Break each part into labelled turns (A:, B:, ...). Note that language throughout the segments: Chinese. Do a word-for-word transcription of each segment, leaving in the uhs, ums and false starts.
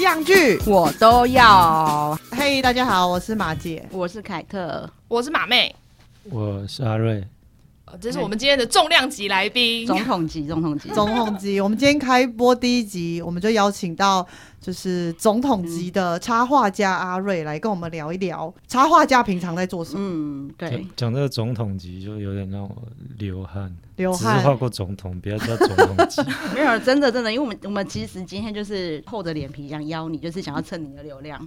A: 样剧
B: 我都要。
A: 嘿、hey, 大家好，我是马姐，
B: 我是凯特，
C: 我是马妹，
D: 我是阿瑞。
C: 这是我们今天的重量级来宾，
B: 总统级，总统级，
A: 总统级。我们今天开播第一集，我们就邀请到就是总统级的插画家阿瑞来跟我们聊一聊插画家平常在做什么。
B: 嗯，对。
D: 讲这个总统级就有点让我流汗，
A: 流汗。
D: 只是画过总统，不要叫总统级。
B: 没有，真的真的，因为我们我们其实今天就是厚着脸皮想邀你，就是想要蹭你的流量。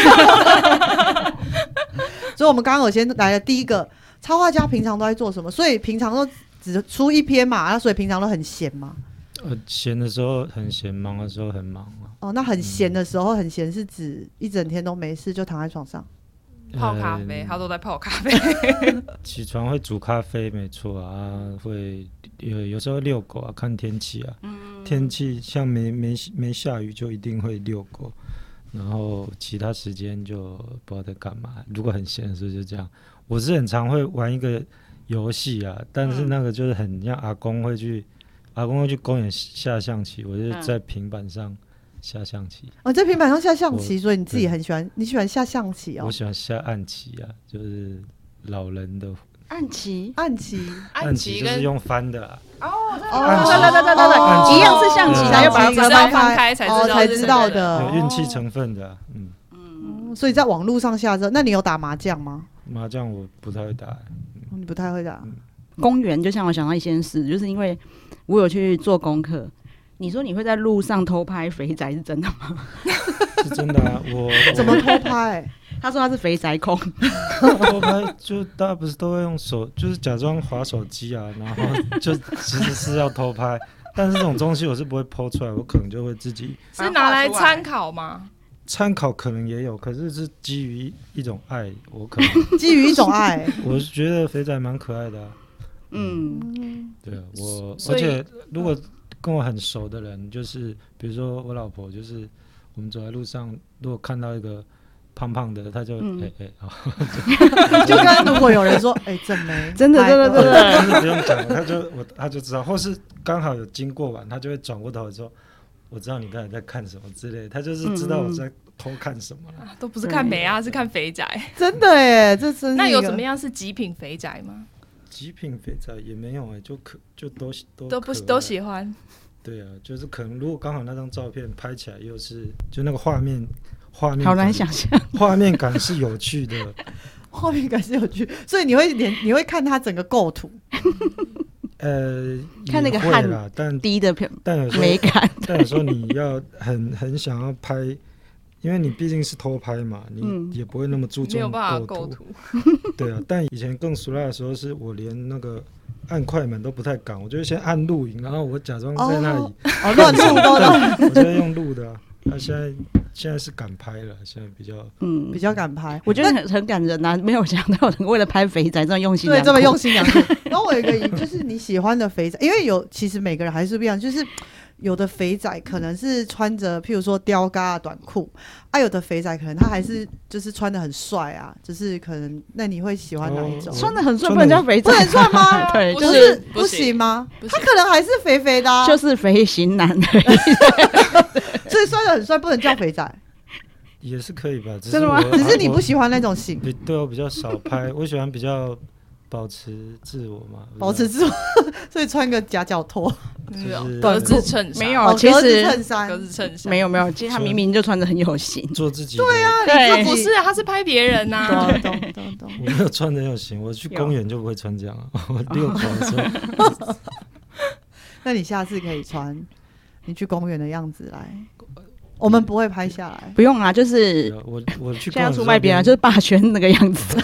A: 所以，我们刚刚有先来了第一个。插画家平常都在做什么？所以平常都只出一篇嘛，那所以平常都很闲嘛。
D: 呃，闲的时候很闲，忙的时候很忙啊。
A: 哦，那很闲的时候很闲是指一整天都没事就躺在床上
C: 泡咖啡，呃、他都在泡咖啡。
D: 起床会煮咖啡，没错啊，会有有时候遛狗啊，看天气啊。嗯、天气像没没没下雨就一定会遛狗，然后其他时间就不知道在干嘛。如果很闲的时候就这样。我是很常会玩一个游戏啊，但是那个就是很像阿公会去，嗯、阿公会去公园下象棋，我就在平板上下象棋。
A: 哦，在平板上下象棋，所以你自己很喜欢，你喜欢下象棋哦？
D: 我喜欢下暗棋啊，就是老人的
B: 暗棋，
A: 暗棋，
D: 暗棋就是用翻的啊。
B: 哦，对对对对对对，一样是象棋，然后又把它
C: 翻开才知道，
A: 哦，才知道的，
D: 有运气成分的，啊，嗯
A: 嗯。所以在网络上下之后，那你有打麻将吗？
D: 麻将我不太会打，
A: 嗯、你不太会打。
B: 嗯、公园就像我想到一件事，就是因为我有去做功课。你说你会在路上偷拍肥宅是真的吗？
D: 是真的啊，我
A: 怎么偷拍？
B: 他说他是肥宅控。
D: 偷拍就大家不是都会用手，就是假装滑手机啊，然后就其实是要偷拍，但是这种东西我是不会 po 出来，我可能就会自己
C: 是拿来参考吗？
D: 参考可能也有，可是是基于一种爱，我可能
A: 基于一种爱，
D: 我是觉得肥仔蛮可爱的，啊，
B: 嗯，
D: 对啊，我而且如果跟我很熟的人，就是比如说我老婆，就是我们走在路上，如果看到一个胖胖的，他就哎哎啊，
A: 就刚刚如果有人说哎正妹，
B: 真的真的真的，
D: 但是不用讲，他就我他就知道，或是刚好有经过完，他就会转过头说。我知道你刚才在看什么之类的，他就是知道我在偷看什么了，
C: 嗯啊，都不是看美啊，是看肥宅。
A: 真的耶，这真是。
C: 那有怎么样是极品肥宅吗？
D: 极品肥宅也没有哎，就可就都都
C: 都不都喜欢。
D: 对啊，就是可能如果刚好那张照片拍起来又是就那个画面画面
B: 好难想象，
D: 画面感是有趣的，
A: 画面感是有趣，所以你会连你会看它整个构图。
D: 呃，
B: 看那个汗
D: 但
B: 低的
D: 但有时候
B: 美感，
D: 但有时候你要很很想要拍，因为你毕竟是偷拍嘛，你也不会那么注重构图。对啊，但以前更熟辣的时候，是我连那个按快门都不太敢，我就会先按录影，然后我假装在那里
A: 哦乱录都
D: 乱，我就会用录的，啊。那现在现在是敢拍了，现在比较
B: 嗯
A: 比较敢拍，
B: 我觉得很很感人啊！没有想到有人为了拍肥宅这么用心，
A: 对，这么用心良苦。然后我有一个就是你喜欢的肥宅，因为有其实每个人还是不一样，就是有的肥仔可能是穿着譬如说吊嘎短裤，啊，有的肥仔可能他还是就是穿得很帅啊，就是可能那你会喜欢哪一种？
B: 穿得很帅不能叫肥仔，
A: 不能算吗？
B: 对，
A: 就是不行吗？他可能还是肥肥的，啊，
B: 就是肥型男而
A: 已。所以穿得很帅不能叫肥仔。
D: 也是可以吧，只
A: 是吗？只是你不喜欢那种型。
D: 对，我比较少拍，我喜欢比较保持自我嘛，
A: 保持自我，所以穿个夹脚拖，
D: 就是
C: 格子衬衫，
B: 没有，其实
A: 格子衬衫，
C: 格子衬衫
B: 没有没有，其实他明明就穿得很有型，
D: 做自己。
A: 对啊，
B: 对，
C: 不是啊，他是拍别人呐。
A: 懂懂懂懂。
D: 我没有穿得很有型，我去公园就不会穿这样啊，我遛狗的时候。
A: 那你下次可以穿你去公园的样子来。我们不会拍下来，
B: 不用啊，就是
D: 我我去
B: 现在出卖别人，就是霸轩那个样子。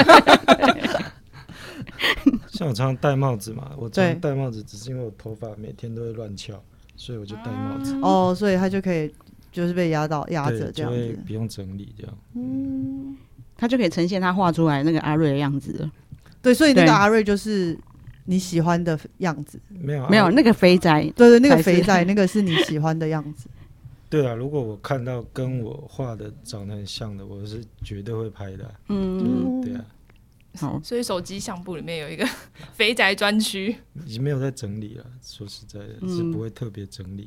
D: 像我常常戴帽子嘛，我常常戴帽子，只是因为我头发每天都会乱翘，所以我就戴帽子。
A: 哦，所以他就可以就是被压到压着这样子，
D: 不用整理这样。
A: 嗯，
B: 他就可以呈现他画出来那个阿瑞的样子了。
A: 对，所以那个阿瑞就是你喜欢的样子。
D: 没有
B: 没有那个肥宅，
A: 对对，那个肥仔那个是你喜欢的样子。
D: 对啊，如果我看到跟我画的长得很像的，我是绝对会拍的，啊。嗯，对啊。
B: 好，
C: 所以手机相簿里面有一个肥宅专区，
D: 已经没有在整理了。说实在的，嗯、是不会特别整理。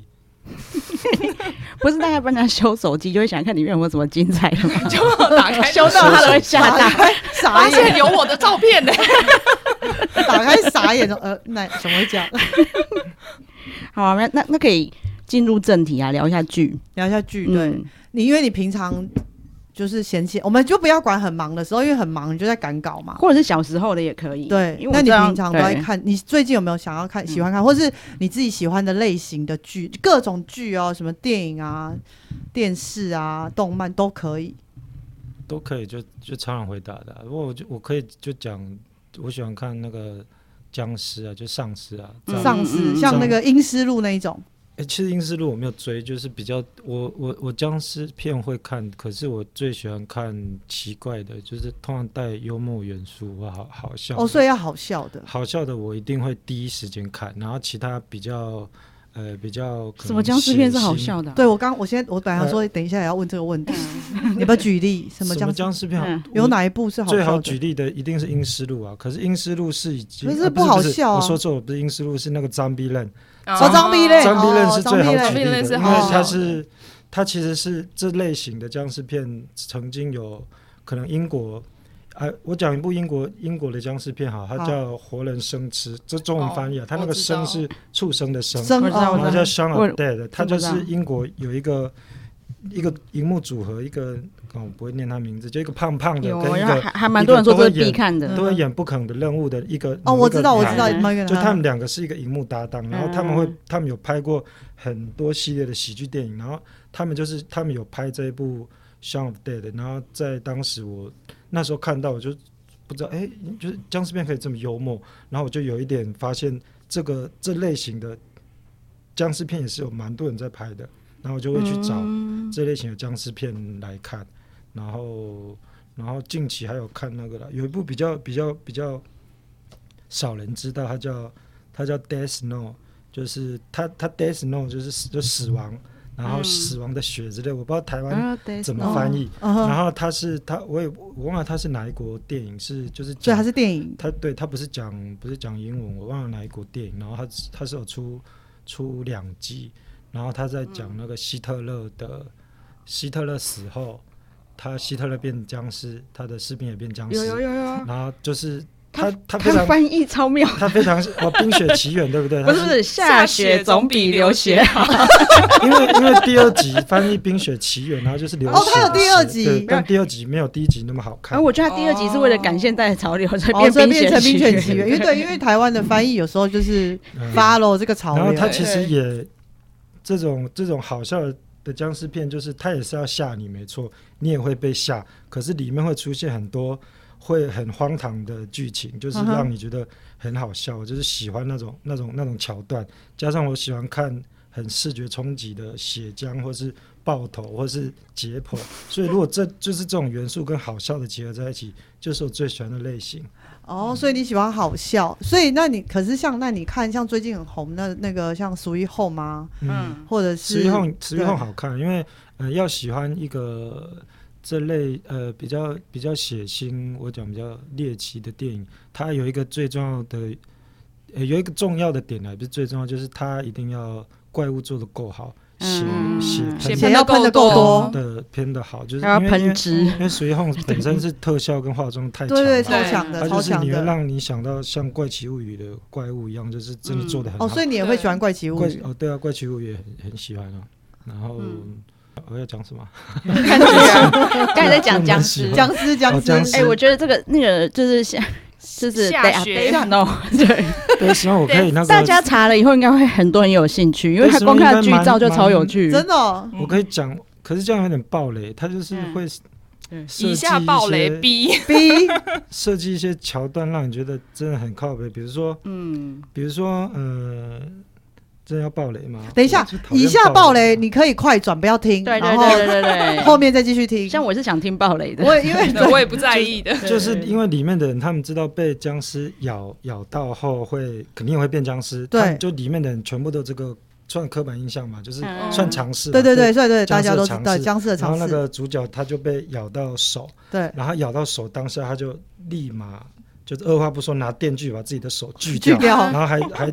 B: 不是大概帮人家修手机，就会想看里面有没有什么精彩的吗？
C: 就打开
B: 修到他都会吓到，
A: 傻
C: 发现
A: 眼，
C: 有我的照片呢。
A: 打开傻眼说呃，那怎么会这样？
B: 好啊，那那那可以进入正题啊，聊一下剧。
A: 聊一下剧，对、
B: 嗯
A: 你，因为你平常就是闲闲，我们就不要管很忙的时候，因为很忙你就在赶稿嘛。
B: 或者是小时候的也可以。
A: 对，
B: 因为我知道
A: 那你平常都在
B: 对
A: 看？你最近有没有想要看、喜欢看，或是你自己喜欢的类型的剧？各种剧哦，什么电影啊、电视啊、动漫都可以。
D: 都可以就就超人回答的、啊。不过我就我可以就讲，我喜欢看那个僵尸啊，就丧尸啊，
B: 嗯
A: 丧尸、
B: 嗯嗯
A: 像那个《阴尸路》那一种。
D: 哎、欸，其实《阴尸路》我没有追，就是比较我我我僵尸片会看，可是我最喜欢看奇怪的，就是通常带幽默元素或好好笑的。
A: 哦，所以要好笑的。
D: 好笑的我一定会第一时间看，然后其他比较呃比较可能
B: 什么僵尸片是好
D: 血腥
B: 笑的、啊？
A: 对我刚我现在我本来想说，等一下也要问这个问题，你要不要举例什么
D: 什
A: 僵尸？
D: 么僵尸片好？
B: 嗯
A: 有哪一部是好笑的？
D: 最好举例的一定是《阴尸路》啊，可是《阴尸路》是已经
A: 可是
D: 啊
A: 不好笑啊
D: 我说错了，不是《阴尸路》，是那个 Zombieland。
A: 哦，Zombieland
D: 张碧认
A: 哦
D: 是最好举例
C: Zombieland
D: 的，
C: 是
D: 因
C: 好笑的
D: 为它是它其实是这类型的僵尸片，曾经有可能英国，啊，我讲一部英国英国的僵尸片哈，它叫《活人生吃》，这中文翻译啊，
C: 哦
D: 它那个生是畜生的生，
A: 生
B: 我知道
A: 哦
D: 然后叫 Shaun
B: 我
D: of Dead， 它就
B: 知道
D: 是英国有一个一个荧幕组合，一个哦我不会念他名字，就一个胖胖的
B: 有，
D: 跟一个
B: 还还蛮多人说这是必看的。
D: 都会演不可能的任务的一个
A: 哦，我知道，我知道，
B: 嗯
A: 那个
D: 就他们两个是一个荧幕搭档，然后他们会，他们有拍过很多系列的喜剧电影，然后他们就是他们有拍这一部《Shaun of Dead》，然后在当时我那时候看到，我就不知道，哎，就是僵尸片可以这么幽默，然后我就有一点发现，这个这类型的僵尸片也是有蛮多人在拍的，然后我就会去找这类型的僵尸片来看，然后然后近期还有看那个啦，有一部比较比较比较少人知道，它叫它叫 Death Note， 就是它它 Death Note 就是死就死亡，然后死亡的血之类，我不知道台湾怎么翻译。
A: 嗯哼
D: 然后它是它我也我忘了它是哪一国电影，是就是
A: 所以
D: 讲
A: 它是电影。
D: 它对它不是讲不是讲英文，我忘了哪一国电影。然后它它是有出出两集，然后他在讲那个希特勒的、希特勒死后，他希特勒变僵尸，他的士兵也变僵尸，
B: 有有有有，
D: 然后就是他他
B: 他
D: 非常
B: 翻译超妙。
D: 他非常哦，《冰雪奇缘》对不对？
B: 不是不是，下雪总比流血好。
D: 因为因为第二集翻译《冰雪奇缘》，然后就是流血
A: 哦它有第二
D: 的
A: 集
D: 对，但第二集没有第一集那么好看
B: 而。我觉得他第二集是为了赶现代的潮流，才
A: 哦，
B: 变
A: 所以
B: 冰雪
A: 变成冰雪
B: 奇
A: 奇缘，因为对，因为台湾的翻译有时候就是
D: 嗯
A: follow 这个潮流。
D: 然后他其实也这种这种好笑的僵尸片，就是他也是要吓你，没错，你也会被吓，可是里面会出现很多会很荒唐的剧情，就是让你觉得很好笑，我就是喜欢那种那种那种桥段，加上我喜欢看很视觉冲击的血浆，或是爆头，或是解剖，所以如果这就是这种元素跟好笑的结合在一起，就是我最喜欢的类型。
A: 哦，所以你喜欢好笑，所以那你可是像那你看像最近很红的那个像《Sweet Home》吗？
B: 嗯，
A: 或者是
D: 十一号十一号好看，因为呃要喜欢一个这类呃比较比较血腥，我讲比较猎奇的电影，它有一个最重要的呃有一个重要的点呢，不是最重要，就是它一定要怪物做得够好，血
B: 嗯
D: 血
C: 血
A: 血要喷的够多。
D: 的偏的好，就是
B: 还要
D: 因为因为
B: 喷汁。
D: 因为十一号本身是特效跟化妆太强
A: 对对，
D: 了。
A: 超强的，
D: 它就是你会
A: 超强的。
D: 让你想到像《怪奇物语》的怪物一样，就是真的做的很好。
A: 哦，所以你也会喜欢怪奇物语？
D: 怪哦，对啊，怪奇物语也很很喜欢啊。然后、
B: 嗯
D: 我要讲什么？
B: 看剧啊，刚才在讲僵尸。
A: 僵尸，僵尸。
D: 哦僵尸
B: 哎，我觉得这个那个就是像就是
C: 下
B: Day-
C: 雪
B: Day- no，对，
D: 对，希望我可以那个，
B: 大家查了以后应该会很多人有兴趣，因为他光看剧照就超有趣。
A: 真的哦。
D: 我可以讲，可是这样有点暴雷，他就是会
B: 嗯
C: 以
D: 设计
C: 下暴雷
D: 一些
C: B，
A: B
D: 设计一些桥段，让你觉得真的很靠北。比如说，
B: 嗯，
D: 比如说，呃，真的要暴雷吗？
A: 等一下
D: 我就讨厌
A: 以下暴雷，
D: 雷，
A: 你可以快转，不要听，
B: 对对
A: 然后
B: 对对对对，
A: 后面再继续听。
B: 像我是想听暴雷的，
A: 我也因为
C: 对我也不在意的。
D: 就是因为里面的人，他们知道被僵尸咬咬到后会肯定也会变僵尸，
A: 对
D: 他们就里面的人全部都这个算刻板印象嘛，就是
B: 嗯
D: 算尝试嘛。
A: 对对对，对对，大
D: 僵尸的
A: 家都知道
D: 尝试
A: 僵尸的
D: 然后
A: 尝试。
D: 那个主角他就被咬到手，
A: 对，
D: 然后咬到手当下他就立马就是二话不说拿电锯把自己的手锯掉，
A: 锯掉
D: 然后还还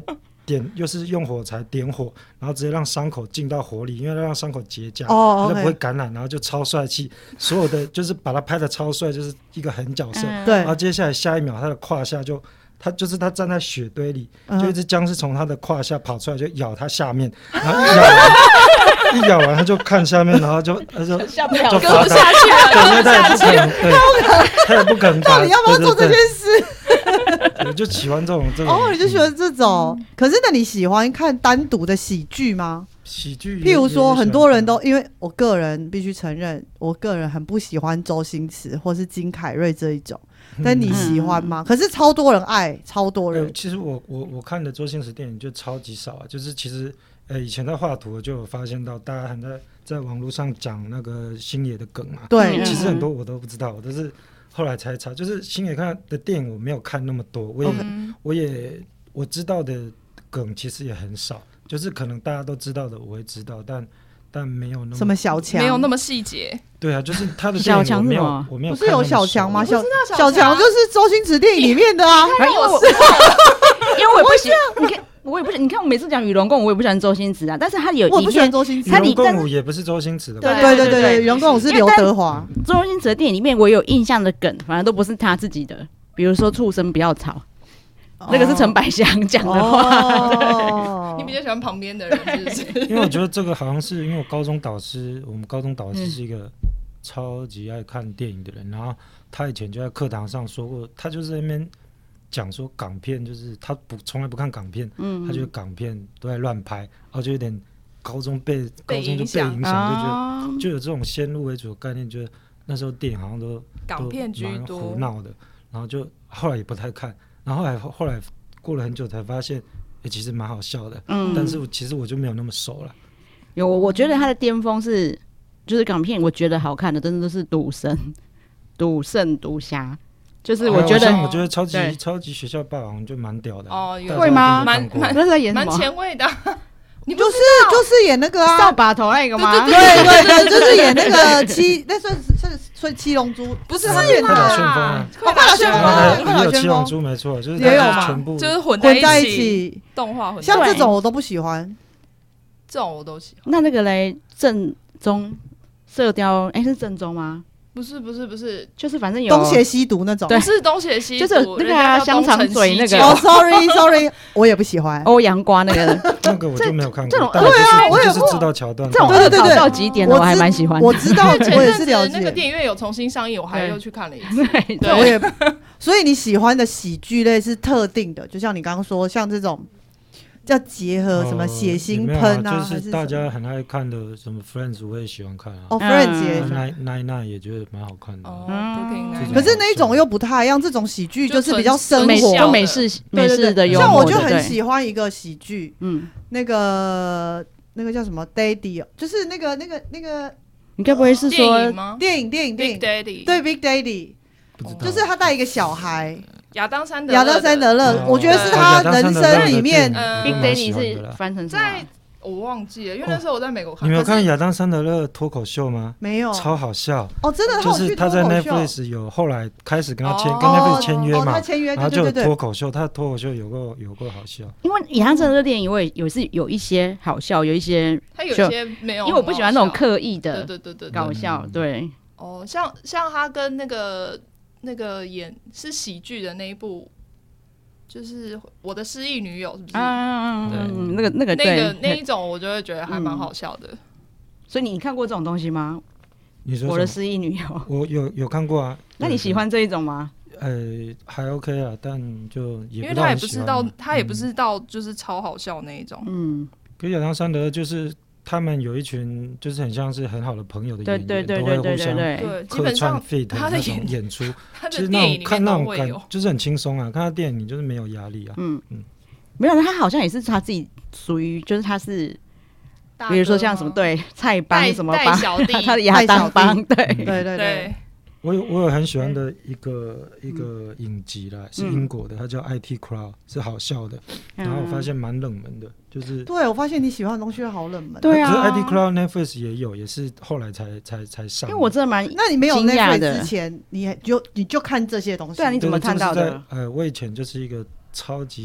D: 点又是用火柴点火，然后直接让伤口进到火里，因为要让伤口结痂，
A: 哦
D: 它就不会
A: ，OK，
D: 感染，然后就超帅气，所有的就是把它拍的超帅，就是一个狠角色。
B: 嗯
A: 对
D: 然后接下来下一秒，他的胯下就。他就是他站在雪堆里，
A: 嗯
D: 就一只僵尸从他的胯下跑出来，就咬他下面，然后一咬完，一咬完他就看下面，然后就他就
B: 下不了
D: 就
C: 跟不
D: 罚他，
C: 下去了，
D: 对，因为他也不可能，对，他也不可能把，
A: 到底要不要做这件
D: 对
A: 事？
D: 对对我就喜欢这种这种。
A: 哦，你就喜欢这种。可是那你喜欢看单独的喜剧吗？
D: 喜剧也，
A: 譬如说，很多人
D: 也
A: 都因为我个人必须承认，我个人很不喜欢周星驰或是金凯瑞这一种。但你喜欢吗？可是超多人爱，超多人。
D: 呃其实我我我看的周星驰电影就超级少啊，就是其实呃以前在画图就有发现到，大家很在在网络上讲那个星爷的梗嘛，
A: 对，
B: 嗯
D: 其实很多我都不知道，我都是后来才查。就是星爷看的电影我没有看那么多，我也、
C: 嗯
D: 我也我知道的梗其实也很少，就是可能大家都知道的我会知道，但但没有那么
A: 什么小强，
C: 没有那么细节。
D: 对啊，就是他的电
B: 小
D: 影我没有
B: 强是什么
D: 我没有
A: 不是有小强吗？小
C: 小
A: 小强就是周星驰电影里面的啊。
B: 因为我因为我也不喜，你看我也不喜，你看我每次讲与龙共舞，我也不喜欢周星驰啊，但是他有一
A: 我不喜欢
B: 片
A: 周星驰。
D: 与龙
B: 他你但是
D: 共舞也不是周星驰的吧，
A: 对
B: 对对
A: 对对对，袁公武是刘德华。
B: 周星驰的电影里面，我有印象的梗，反而都不是他自己的，比如说畜生不要吵，那个是陈百祥讲的话。
A: 哦，
C: 你比较喜欢旁边的人，是不是？
D: 因为我觉得这个好像是因为我高中导师，我们高中导师是一个超级爱看电影的人，然后他以前就在课堂上说过，他就是在那边讲说港片就是他不从来不看港片，
B: 嗯
D: 他觉得港片都在乱拍，然后就有点高中被高
C: 被
D: 中就被
C: 影响
D: 影响，就觉得
B: 啊
D: 就有这种先入为主的概念，觉得那时候电影好像都
C: 港片居
D: 都蛮
C: 多
D: 胡，闹的，然后就后来也不太看，然后后来后来过了很久才发现，哎、其实蛮好笑的，
B: 嗯
D: 但是我其实我就没有那么熟了。
B: 有，我觉得他的巅峰是就是港片，我觉得好看的真的都是赌神、赌圣、赌侠，就是我觉得
D: 还有像我觉得超级
B: 对
D: 超级学校霸王就蛮屌的
C: 哦有
D: 大家
B: 会吗
D: 一定都看过
C: 蛮
B: 那是在演什
C: 蛮
B: 么？
C: 前卫的。你不
A: 就是就是演那个啊，
B: 扫把头那个吗？
A: 对对对，就是演那个七，那算是算七龙珠，
C: 不是
A: 他演
D: 快打
A: 的
D: 旋风啊，
A: 哦快打旋风
D: 然后
A: 啊
D: 还也有
A: 快打旋风
D: 七龙珠没错，就是
A: 也有嘛
D: 它全部
C: 就是混
A: 混在一
C: 起，
A: 起。
C: 动画混在一起。
A: 像这种我都不喜欢。
C: 这种我都喜欢。
B: 那那个嘞，正宗射雕，哎、是正宗吗？
C: 不是不是不是，
B: 就是反正有
A: 东邪西毒那种。
B: 对
C: 不是东邪西毒，
B: 就是有那个啊
C: 人家叫东成
B: 香肠嘴那个
C: 西就
A: 哦，sorry sorry，我也不喜欢。
B: 欧阳瓜那个，
D: 那个我就没有看
B: 这种，
D: 过但我就是
A: 对啊我也
D: 就是知道桥段，
B: 这种
A: 对对对对
B: 搞笑极点的，我还
A: 我知
B: 蛮喜欢的。
A: 我知道，
C: 前
A: 我也是了
C: 阵子那个
A: 解。
C: 电影院有重新上映，我还
B: 对
C: 又去看了一次。
B: 对
C: 对
A: 我也，所以你喜欢的喜剧类是特定的，就像你刚刚说，像这种叫结合什么血腥喷啊，
D: 就是大
A: 还是什么
D: 家很爱看的什么 Friends，我也喜欢看啊。
A: 哦
B: 嗯
A: ，Friends 也是。
D: Nine Nine Nine 也觉得蛮好看的啊。
C: 哦
B: 嗯
C: ，Brooklyn
D: 这
C: Nine-Nine
D: 种
A: 可是那一种又不太一样，这种喜剧
C: 就
A: 就是比较生
B: 美
A: 活
C: 纯笑的
B: 就美式美
A: 对对对，
B: 式的幽
A: 像我就
B: 默的，对，
A: 很喜欢一个喜剧，
B: 嗯，
A: 那个那个叫什么 Daddy，哦就是那个那个那个
B: 你该不会是
C: 电
B: 说
C: 影吗
A: 电影电影电
C: ？Big
A: 影
C: Daddy，
A: 对 Big Daddy，
D: 不知道
A: 就是他带一个小孩，
C: 亚当山德
A: 亚当山德勒
D: 哦，
A: 我觉得是
C: 对
A: 他
D: 亚当山
A: 人
D: 德勒的
A: 生里面
D: 电影
C: 嗯
D: 我
B: Big
D: 都蛮
B: Daddy 是
D: 喜欢的啦
B: 翻成什么啊？
C: 在我忘记了，因为那时候我在美国看。
D: 你没有看
C: 可是
D: 亚当山德勒脱口秀吗？
A: 没有
D: 超好笑，
A: 哦，真的，
D: 就是他在
A: 有去脱口秀
D: Netflix 有后来开始跟他签
C: 哦
D: 跟 Netflix 签约
A: 哦，
D: 嘛
A: 他，签约，
D: 然后就有
A: 对对对对，
D: 脱口秀，他的脱口秀有够有够好笑。
B: 因为亚当山的电影，我也有是有一些好笑，有一些，
C: 他有一些没有，
B: 因为我不喜欢那种。刻意
C: 对
B: 的
C: 对对对对。
B: 搞笑
D: 嗯，
B: 对，
C: 哦，像像他跟那个那个演是喜剧的那一部，就是我的失忆女友，是不是？
B: 嗯
C: 对
B: 嗯，那个那个
C: 那个
B: 对，
C: 那一种，我就会觉得还蛮好笑的。
B: 所以你看过这种东西吗？
D: 你说
B: 我的
D: 什么？
B: 失忆女友，
D: 我有有看过啊。
B: 那你喜欢这一种吗？
D: 呃，还 OK 啊，但就也
C: 因为他也
D: 不到很
C: 不是到
D: 喜欢啊
C: 他也不
D: 嗯
C: 是到就是超好笑那一种。
B: 嗯，
D: 可是亚当山德就是他们有一群就是很像是很好的朋友的
B: 对
D: 演员，
B: 对对
D: 都
B: 对对对
D: 会互相
B: 对，
C: 对，基
D: 客
C: 本上
D: 串 fit 那种
C: 他的演
D: 演出，
C: 他
D: 其实那
C: 的电影里
D: 种看那种
C: 面都会有
D: 感。就是很轻松啊，看他电影你就是没有压力啊。
B: 嗯
D: 嗯
B: 没有，他好像也是他自己属于，就是他是，
C: 大
B: 比如说
C: 哥吗
B: 像什么对蔡帮
C: 带
B: 什么帮，
C: 带小弟
B: 他的亚当帮，对，
A: 对对对，
C: 对，
D: 我有我有很喜欢的一个一个影集啦，是英国的，它叫 I T Crowd，是好笑的，然后我发现蛮冷门的，就是
A: 对我发现你喜欢的东西好冷门。
B: 对啊
D: 可是 I T Crowd Netflix 也有，也是后来才才才上的。
B: 因为我真的蛮，
A: 那你没有
B: 惊讶
A: Netflix
B: 的
A: 之前，你就你就看这些东西。
B: 对啊你怎么
D: 对对
B: 看到的
D: 这个是在呃，我以前就是一个超级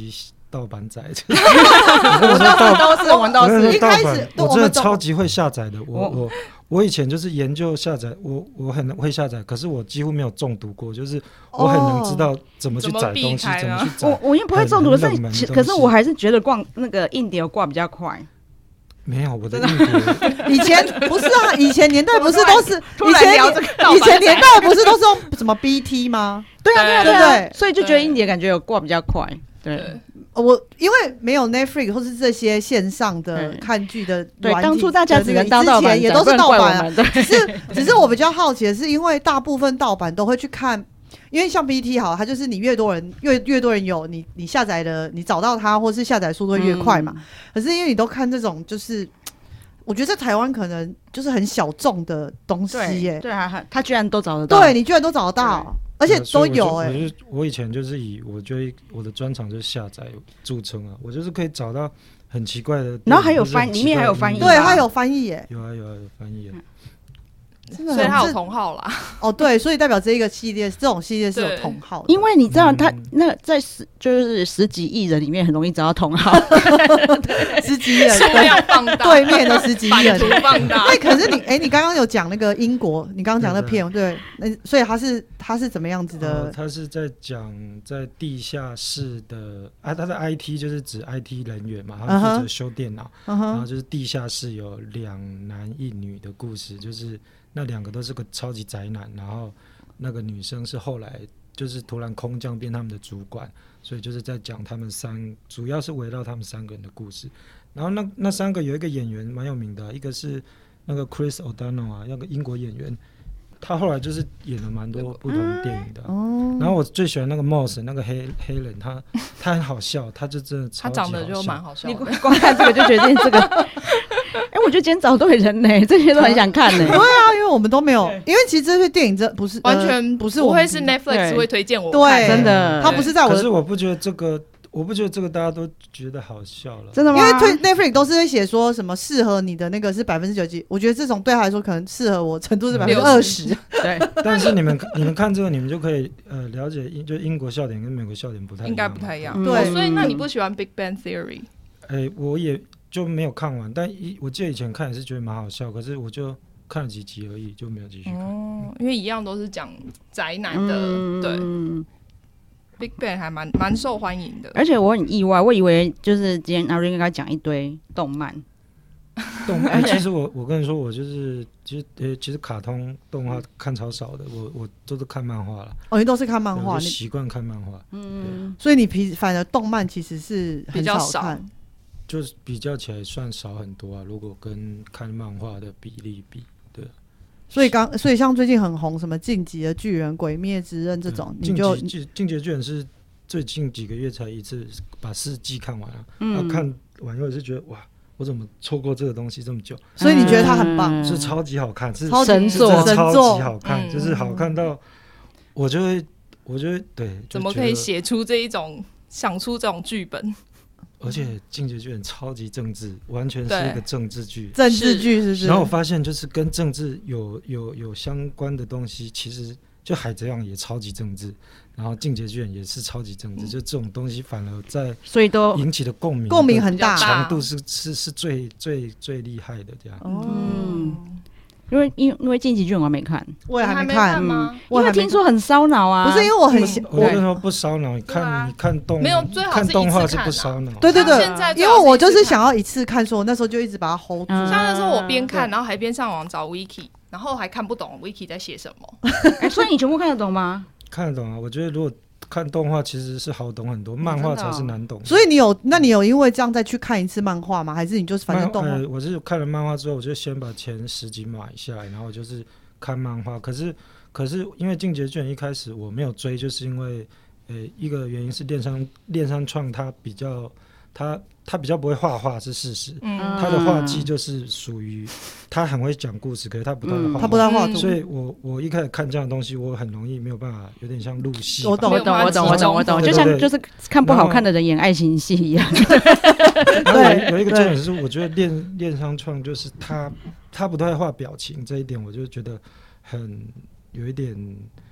D: 盗版仔。
B: 我们都是，我们都是。
A: 一开始
D: 我真的超级会下载的，我我我以前就是研究下载，我我很会下载，可是我几乎没有中毒过，就是我很能知道怎么去载东西，怎么去载。
B: 我我因为不会中毒，可是可是我还是觉得逛那个硬碟挂比较快。
D: 没有，我的硬碟
A: 以前不是啊，以前年代不是都是以前以前年代不是都是用什么 B T 吗？
B: 对啊对啊
A: 对
B: 啊，对，所以就觉得硬碟感觉有挂比较快。对，
A: 我因为没有 Netflix 或是这些线上的看剧的软体，
B: 对，当初大家只能当盗版，
A: 也都是盗版啊。
B: 只
A: 是只是我比较好奇的是，因为大部分盗版都会去看。因为像 B T 好，它就是你越多人越越多人有你你下载的你找到它，或是下载速度会越快嘛。嗯、可是因为你都看这种，就是我觉得在台湾可能就是很小众的东西耶、欸。
B: 对啊，他居然都找得到，
A: 对你居然都找得到，而且都有哎、
D: 欸。我以前就是以我觉得我的专长就是下载著称啊，我就是可以找到很奇怪的，
B: 然后还有翻，里面还有翻译，
A: 对，它有翻译耶、
D: 欸。有啊有啊有翻译、欸。嗯
C: 所以它有同号啦。
A: 哦，对，所以代表这一个系列，这种系列是有同号的。
B: 因为你知道，他那个在十就是十几亿人里面很容易找到同号，
A: 十几人
C: 数量放大，
A: 对面的十几人
C: 放大。
A: 对，可是你，哎、欸，你刚刚有讲那个英国，你刚刚讲那片，对，那所以他是他是怎么样子的？
D: 呃、他是在讲在地下室的啊，他的 I T 就是指 I T 人员嘛，他负责修电脑， uh-huh. 然后就是地下室有两男一女的故事，就是。那两个都是个超级宅男，然后那个女生是后来就是突然空降变他们的主管，所以就是在讲他们三，主要是围绕他们三个人的故事。然后那那三个有一个演员蛮有名的，一个是那个 Chris O'Donnell 啊，那个英国演员，他后来就是演了蛮多不同的电影的。嗯、然后我最喜欢那个 Moss 那个黑黑人，他他很好笑，他就真的超级好笑，
C: 他长得就蛮好笑的。
B: 你光看这个就觉得这个。哎、欸，我觉得今天找对人呢、欸，这些都很想看呢、欸。
A: 对啊，因为我们都没有，因为其实这些电影这不是
C: 完全、呃、
A: 不是
C: 不会是 Netflix 会推荐我看，
A: 对，
B: 真的，
A: 他不是在我的。
D: 可是我不觉得这个，我不觉得这个大家都觉得好笑了，
B: 真的吗？
A: 因为推 Netflix 都是会写说什么适合你的那个是百分之九十几，我觉得这种对他来说可能适合我程度是百分之二十。
B: 对，
D: 但是你们你们看这个，你们就可以呃了解，就英国笑点跟美国笑点不太一样，
C: 应该不太一样。
B: 嗯、
A: 对、
C: 哦，所以那你不喜欢 Big Bang Theory？
D: 哎、欸，我也。就没有看完，但一我记得以前看也是觉得蛮好笑，可是我就看了几集而已，就没有继续看。
C: 哦，因为一样都是讲宅男的，
B: 嗯、
C: 对。Big Bang 还蛮蛮受欢迎的，
B: 而且我很意外，我以为就是今天阿瑞应该讲一堆动漫。
D: 动漫、欸，其实我我跟你说，我就是其实呃，其实卡通动画看超少的，我我都是看漫画了。
A: 哦，你都是看漫画，
D: 你习惯看漫画。
B: 嗯，
A: 所以你平反而动漫其实是很少看。
C: 比较少
D: 就是比较起来算少很多啊，如果跟看漫画的比例比，对。
A: 所以刚所以像最近很红什么《进击的巨人》《鬼灭之刃》这种，你就《
D: 进击的巨人》是最近几个月才一次把四季看完了、啊，
B: 嗯，
D: 然后看完以后也是觉得哇，我怎么错过这个东西这么久？
A: 所以你觉得它很棒，
B: 嗯、
D: 是超级好看，是
B: 神作，
D: 超级好看，
C: 嗯、
D: 就是好看到我就会，我就会对，
C: 怎么可以写出这一种想出这种剧本？
D: 而且《进击的巨人》超级政治，完全是一个政治剧，
A: 政治剧是不是？
D: 然后我发现，就是跟政治有有有相关的东西，其实就《海贼王》也超级政治，然后《进击的巨人》也是超级政治，嗯、就这种东西反而在
B: 所以都
D: 引起的共鸣
A: 共鸣很大，
D: 强度是是是最最最厉害的这样。
B: 嗯。因为因为晋级剧我还没看，
A: 我也还
C: 没
A: 看
C: 吗？
B: 嗯、因为听说很烧脑啊。
A: 不是因为我很喜，
D: 我跟你说不烧脑，你看、啊、你看动
C: 没有最好是
D: 看动画是不烧脑。
A: 对对对，因为我就是想要一次看，所以我那时候就一直把它 hold 住。
C: 像那时候我边看，然后还边上网找 wiki， 然后还看不懂 wiki 在写什么。
B: 欸、所以你全部看得懂吗？
D: 看得懂啊，我觉得如果。看动画其实是好懂很多，漫画才是难懂、嗯哦。
A: 所以你有，那你有因为这样再去看一次漫画吗？还是你就是反正动画、
D: 呃？我是看了漫画之后，我就先把前十集买下来，然后就是看漫画。可是，可是因为《进击的巨人》一开始我没有追，就是因为，呃，一个原因是炼山炼山创他比较他他比较不会画画是事实，嗯，他的画技就是属于他很会讲故事，可是他不太会画画，
A: 他不太画图，
D: 所以我我一开始看这样的东西，我很容易没有办法，有点像入戏。
B: 我懂我懂我懂我懂我懂，就像就是看不好看的人演爱情戏一样。
D: 然后有有一个重点是，我觉得炼炼山创就是他他不太画表情这一点，我就觉得很有一点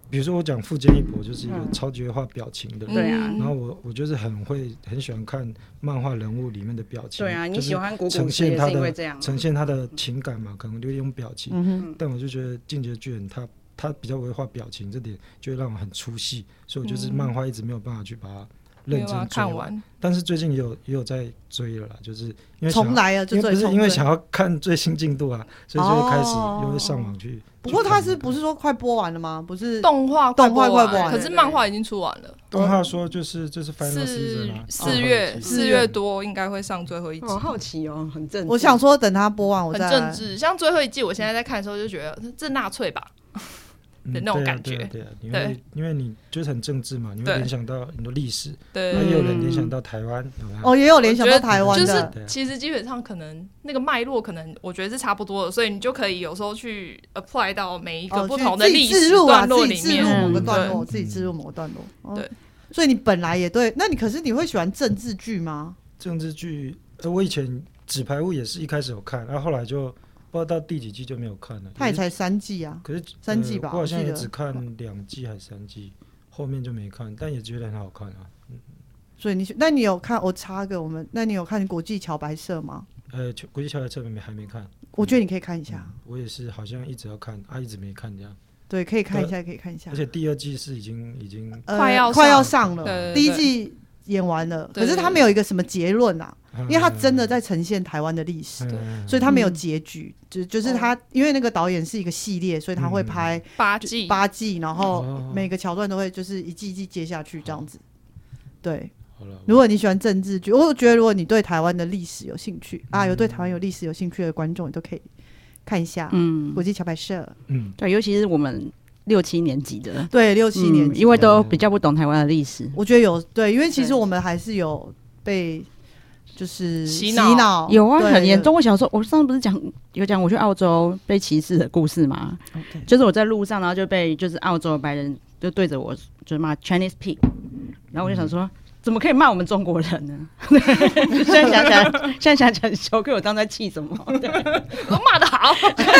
D: 比如说我讲富坚义博就是一个超级会画表情的人，
B: 对啊
D: 然后我我就是很会很喜欢看漫画人物里面的表情，
B: 对啊，你喜欢古古
D: 呈现他
B: 是因为
D: 的
B: 这样
D: 呈现他的情感嘛，可能就用表情，
A: 嗯哼，
D: 但我就觉得进击的巨人他他比较会画表情，这点就会让我很出戏，所以我就是漫画一直没有办法去把它认真追
C: 看完，
D: 但是最近也有也有在追了啦，就是因为
A: 重来了就
D: 因为不是
A: 最重追
D: 因为想要看最新进度啊，所以就会开始又会上网去。
A: 不过他是不是说快播完了吗？不是
C: 动画
A: 动画快播完了，
C: 可是漫画已经出完了。
D: 动画说就是这是 final season 啊，
C: 四月四月多应该会上最后一集。
B: 好好奇哦，很正。
A: 我想说等他播完我再。
C: 很政治，像最后一季，我现在在看的时候就觉得这纳粹吧。的那种感觉，
D: 嗯、对啊，对啊，对啊，因为因为你就是很政治嘛，你会联想到很多历史，
C: 对，
D: 那也有人联想到台湾，
A: 哦，也有联想到台湾的，
C: 就是其实基本上可能那个脉络，可能我觉得是差不多的，所以你就可以有时候去 apply 到每一个不同的历史段落里面，
A: 自己置入某个段落，自己置入某个段落，对，所以你本来也对，那你可是你会喜欢政治剧吗？
D: 政治剧，呃，我以前纸牌屋也是一开始有看，然后后来就。不知道到第几季就没有看了，
A: 它也才三季啊，
D: 可是
A: 三季吧、
D: 呃，我好像也只看两季还是三季，后面就没看，但也觉得很好看啊。嗯、
A: 所以你，那你有看？我插个我们，那你有看国际桥白社吗？
D: 呃，国际桥白社没还没看，
A: 我觉得你可以看一下。
D: 嗯、我也是，好像一直要看，啊，一直没看这样。
A: 对，可以看一下，可以看一下。
D: 而且第二季是已经已经、
A: 呃、
C: 快要
A: 快要上了，
C: 对对对
A: 第一季演完了，可是他没有一个什么结论啊。因为他真的在呈现台湾的历史，
D: 嗯、
A: 所以他没有结局，就就是他，因为那个导演是一个系列，所以他会拍
C: 八季，
A: 八季，然后每个桥段都会就是一季一季接下去这样子。对，如果你喜欢政治剧，我觉得如果你对台湾的历史有兴趣啊，有对台湾有历史有兴趣的观众，你都可以看一下。嗯，国际桥白社，
B: 嗯，对，尤其是我们六七年级的，
A: 对，六七年级、
B: 嗯，因为都比较不懂台湾的历史，
A: 我觉得有对，因为其实我们还是有被。就是洗脑，
B: 有啊，很严重。我小时候，我上次不是讲有讲我去澳洲被歧视的故事吗？ Okay. 就是我在路上，然后就被就是澳洲的白人就对着我就是骂 Chinese pig， 然后我就想说，嗯、怎么可以骂我们中国人呢？现在想起来，现在想起来很羞愧，我当时在气什么？
C: 我骂得好。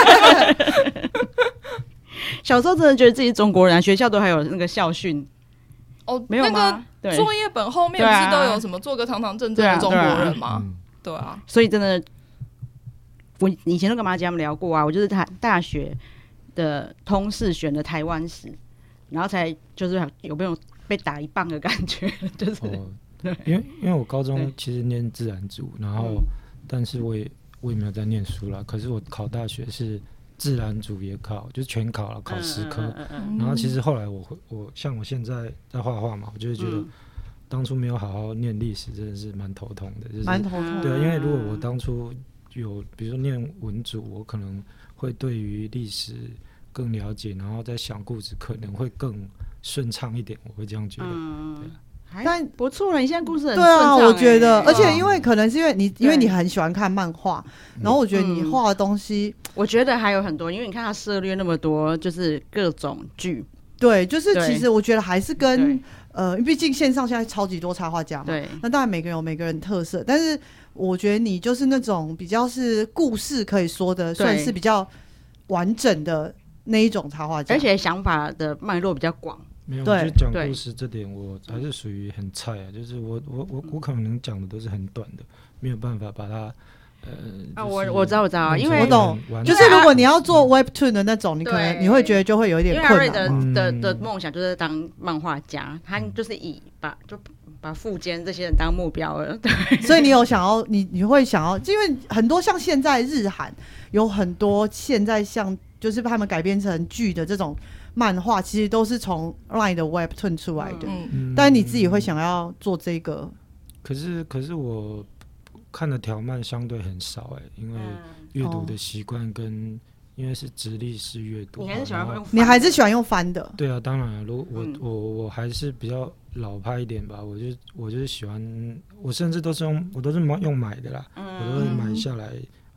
B: 小时候真的觉得自己是中国人、啊，学校都还有那个校训。
C: 哦，
B: 没有吗？
C: 那个作业本后面不是都有什么做个堂堂正正的中国人吗？对啊，
B: 所以真的，我以前都跟妈姐他们聊过啊，我就是大大学的通识选的台湾史，然后才就是有没有被打一棒的感觉，就是、哦、
D: 因为因为我高中其实念自然组，然后、嗯、但是我也我也没有在念书啦，可是我考大学是。自然组也考，就是全考了，考十科、嗯嗯嗯。然后其实后来我我像我现在在画画嘛，我就会觉得当初没有好好念历史，真的是蛮头痛的。就是
A: 蛮头痛。
D: 对，因为如果我当初有比如说念文组，我可能会对于历史更了解，然后在想故事可能会更顺畅一点，我会这样觉得。嗯对
B: 但不错了，你现在故事很
A: 对啊，我觉得，而且因为可能是因为你，因为你很喜欢看漫画，然后我觉得你画的东西、
B: 嗯，我觉得还有很多，因为你看他涉猎那么多，就是各种剧，
A: 对，就是其实我觉得还是跟呃，毕竟线上现在超级多插画家嘛，
B: 对，
A: 那当然每个人有每个人特色，但是我觉得你就是那种比较是故事可以说的，算是比较完整的那一种插画家，
B: 而且想法的脉络比较广。
D: 没有，我觉得讲故事这点我还是属于很菜啊，就是我我我我可能讲的都是很短的，没有办法把它呃。
B: 啊，我我知道我知道，因为
A: 我懂，就是如果你要做 Webtoon 的那种，你可能你会觉得就会有一点困难。
B: 因为阿瑞的的的梦想就是当漫画家，他就是以把就把富坚这些人当目标了。对，
A: 所以你有想要你你会想要，因为很多像现在日韩有很多现在像就是他们改编成剧的这种。漫画其实都是从 Line 的 Webtoon 出来的、嗯，但你自己会想要做这个？
D: 可是可是我看的条漫相对很少哎、欸，因为阅读的习惯跟、嗯、因为是直立式阅读，
B: 你还是喜欢用，
A: 你还是喜欢用翻的？
D: 对啊，当然了，如果我、嗯、我我还是比较老派一点吧，我就我就是喜欢，我甚至都是用我都是用买的啦，嗯、我都会买下来。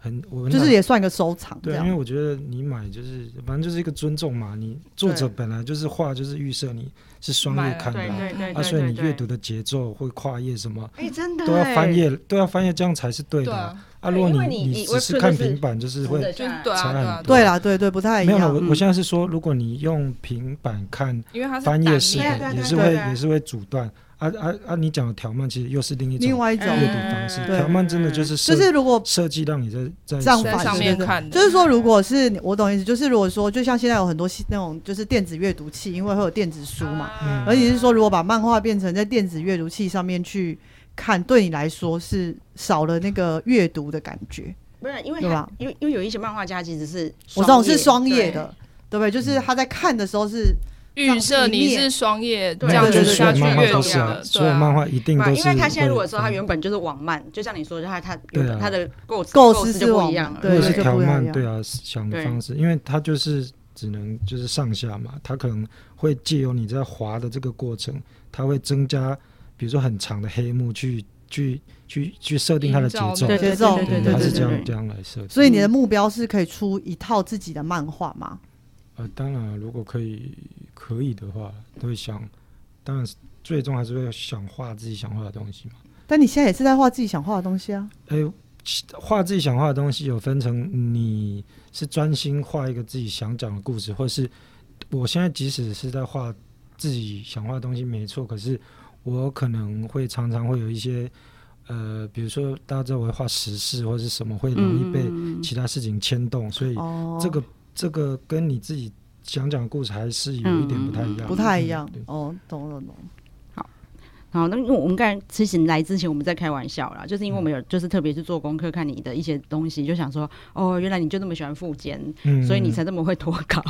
D: 很我
A: 就是也算一个收藏。
D: 对，因为我觉得你买就是反正就是一个尊重嘛，你作者本来就是画就是预设你是双页看的、啊，
B: 对对对，
D: 啊，所以你阅读的节奏会跨页什么，
B: 哎、欸，真的
D: 都要翻页，都要翻页，这样才是对的。
C: 对啊，
D: 啊如果你
B: 你
D: 你只是看平板，就是会
C: 就对啊对啊
A: 对啦，对对，不太一样。
D: 没有了，我我现在是说，如果你用平板看，
C: 因为它是
D: 翻页式的，
B: 也是
D: 会也是会阻断。啊啊啊！你讲的条漫其实又是另一种
A: 另外一种
D: 阅读方式。条漫真的就是
A: 就是如果
D: 设计让你在在
C: 上面看的，
A: 就是说，如果是我懂意思，就是如果说，就像现在有很多那种就是电子阅读器，因为会有电子书嘛，
D: 嗯、
A: 而且是说，如果把漫画变成在电子阅读器上面去看，对你来说是少了那个阅读的感觉，
B: 不是？因为
A: 对吧？
B: 因为因为有一些漫画家其实是
A: 我这种是双页的，对不对？就是他在看的时候是。
C: 预设你是双页这
D: 样
C: 子下去阅读
D: 的，所有漫画一定都是。
B: 因为他现在如果说他原本就是网漫，就像你说的，他他原本他的构
A: 构
B: 思
A: 就
B: 不一样了，
A: 对，
D: 是条漫，
A: 对
D: 啊，想的方式，因为他就是只能就是上下嘛，他可能会借由你在滑的这个过程，他会增加，比如说很长的黑幕去去去去设定它的节奏，
A: 节奏，
B: 对对对，
D: 他是这样这样来设计。
A: 所以你的目标是可以出一套自己的漫画吗？
D: 呃，当然，如果可以可以的话，都会想，当然最终还是会想画自己想画的东西嘛。
A: 但你现在也是在画自己想画的东西啊？
D: 哎、欸，画自己想画的东西有分成，你是专心画一个自己想讲的故事，或是我现在即使是在画自己想画的东西，没错，可是我可能会常常会有一些。呃，比如说大家知道我会画时事或是什么，会容易被其他事情牵动，嗯、所以这个。这个跟你自己想讲的故事还是有一点不太一样，
A: 嗯、不太一样、嗯、哦，懂了懂。
B: 好，好，那因为我们刚才其实来之前我们在开玩笑啦，就是因为我们有就是特别去做功课看你的一些东西，就想说哦，原来你就那么喜欢富坚、嗯，所以你才这么会脱稿。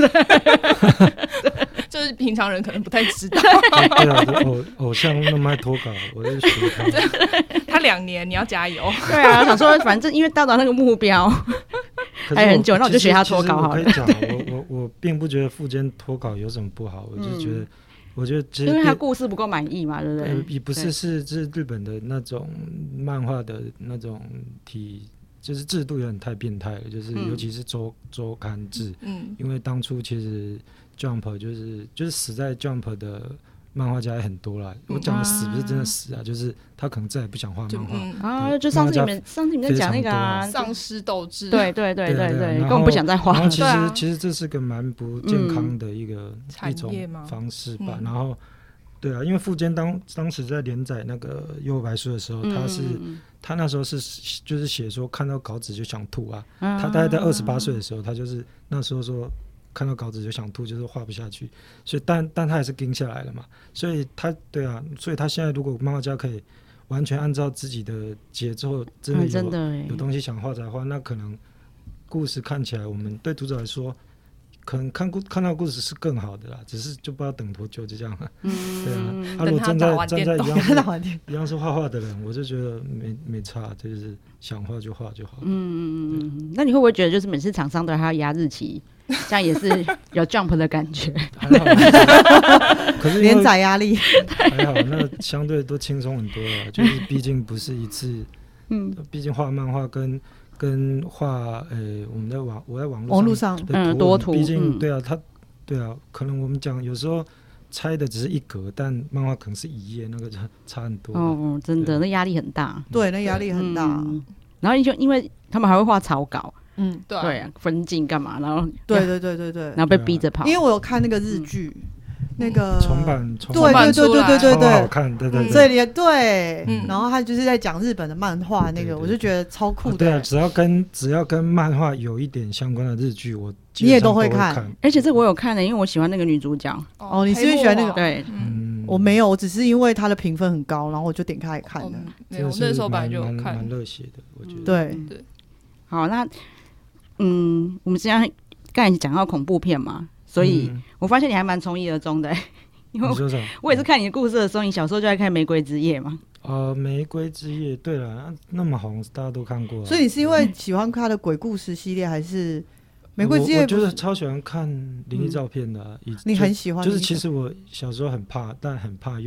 C: 就是平常人可能不太知道。
D: 对啊，偶偶像那么爱脱稿，我在学他。
C: 他两年，你要加油。
B: 对啊，想说反正因为到达那个目标。还很久，那我就学他脱稿好了。
D: 我可以讲，我我我并不觉得富坚脱稿有什么不好，我就觉得，嗯、我觉得其实
B: 因为他故事不够满意嘛，对不对？
D: 呃、也不是，是是日本的那种漫画的那种体，就是制度有点太变态了，就是尤其是周、嗯、周刊制，嗯，因为当初其实 Jump 就是就是死在 Jump 的。漫画家也很多啦，我讲的死不是真的死啊，就是他可能再也不想画漫画。
B: 啊，就上次你们上次你们在讲那个啊，
C: 丧尸斗志，
B: 对对对对对，根本不想再画。
D: 然后其实其实这是个蛮不健康的一个一种方式吧。然后对啊，因为富坚当当时在连载那个《幽游白书》的时候，他是他那时候是就是写说看到稿纸就想吐啊。他大概在二十八岁的时候，他就是那时候说。看到稿子就想吐，就是画不下去，所以但但他还是盯下来了嘛，所以他对啊，所以他现在如果漫画家可以完全按照自己的节奏，真的有、嗯、真的有东西想画才画，那可能故事看起来我们对读者来说，可能看故看到故事是更好的啦，只是就不知道等多久就这样了。嗯，对啊，啊如果站在站在一样是一样是画画的人，我就觉得没没差，就是想画就画就好。
B: 嗯嗯嗯，那你会不会觉得就是每次厂商都还要压日期？这样也是有 Jump 的感觉，
D: 还好，可是
A: 连载压力
D: 还好，那相对都轻松很多了。就是毕竟不是一次，嗯，毕竟画漫画跟跟画，呃，我们在网我在网络
A: 网络上
B: 的图，多图，
D: 毕竟对啊，他对啊，可能我们讲有时候拆的只是一格，但漫画可能是一页，那个差很多。
B: 哦，真的，那压力很大。
A: 对，那压力很大。
B: 嗯、然后就因为他们还会画草稿。
A: 嗯，
C: 对、啊，
B: 对啊，分镜干嘛？然后
A: 对对对对对，
B: 然后被逼着跑。
A: 因为我有看那个日剧，嗯、那个
D: 重版，
A: 对对对对对对对，
D: 好看，对对对。
A: 所以连对，嗯、然后他就是在讲日本的漫画那个，我就觉得超酷的。
D: 哦、对啊，只要跟只要跟漫画有一点相关的日剧，我
A: 你也都
D: 会
A: 看。
B: 而且这个我有看的，因为我喜欢那个女主角。
A: 哦，你是不是喜欢那个？
B: 对，
A: 嗯，我没有，我只是因为它的评分很高，然后我就点开来看的。
C: 没有，那时候本来就有看，
D: 蛮热血的，我觉得。
A: 对
C: 对，
B: 好，那。嗯，我们现在刚才讲到恐怖片嘛，所以我发现你还蛮从一而终的、欸，因为 我, 我也是看你的故事的时候，你小时候就在看《玫瑰之夜》嘛。
D: 呃，《玫瑰之夜》对了，那么红，大家都看过、啊。
A: 所以你是因为喜欢他的鬼故事系列，还是《玫瑰之夜》？
D: 我就是超喜欢看灵异照片的、啊
A: 嗯，你很喜欢。
D: 就是其实我小时候很怕，但很怕又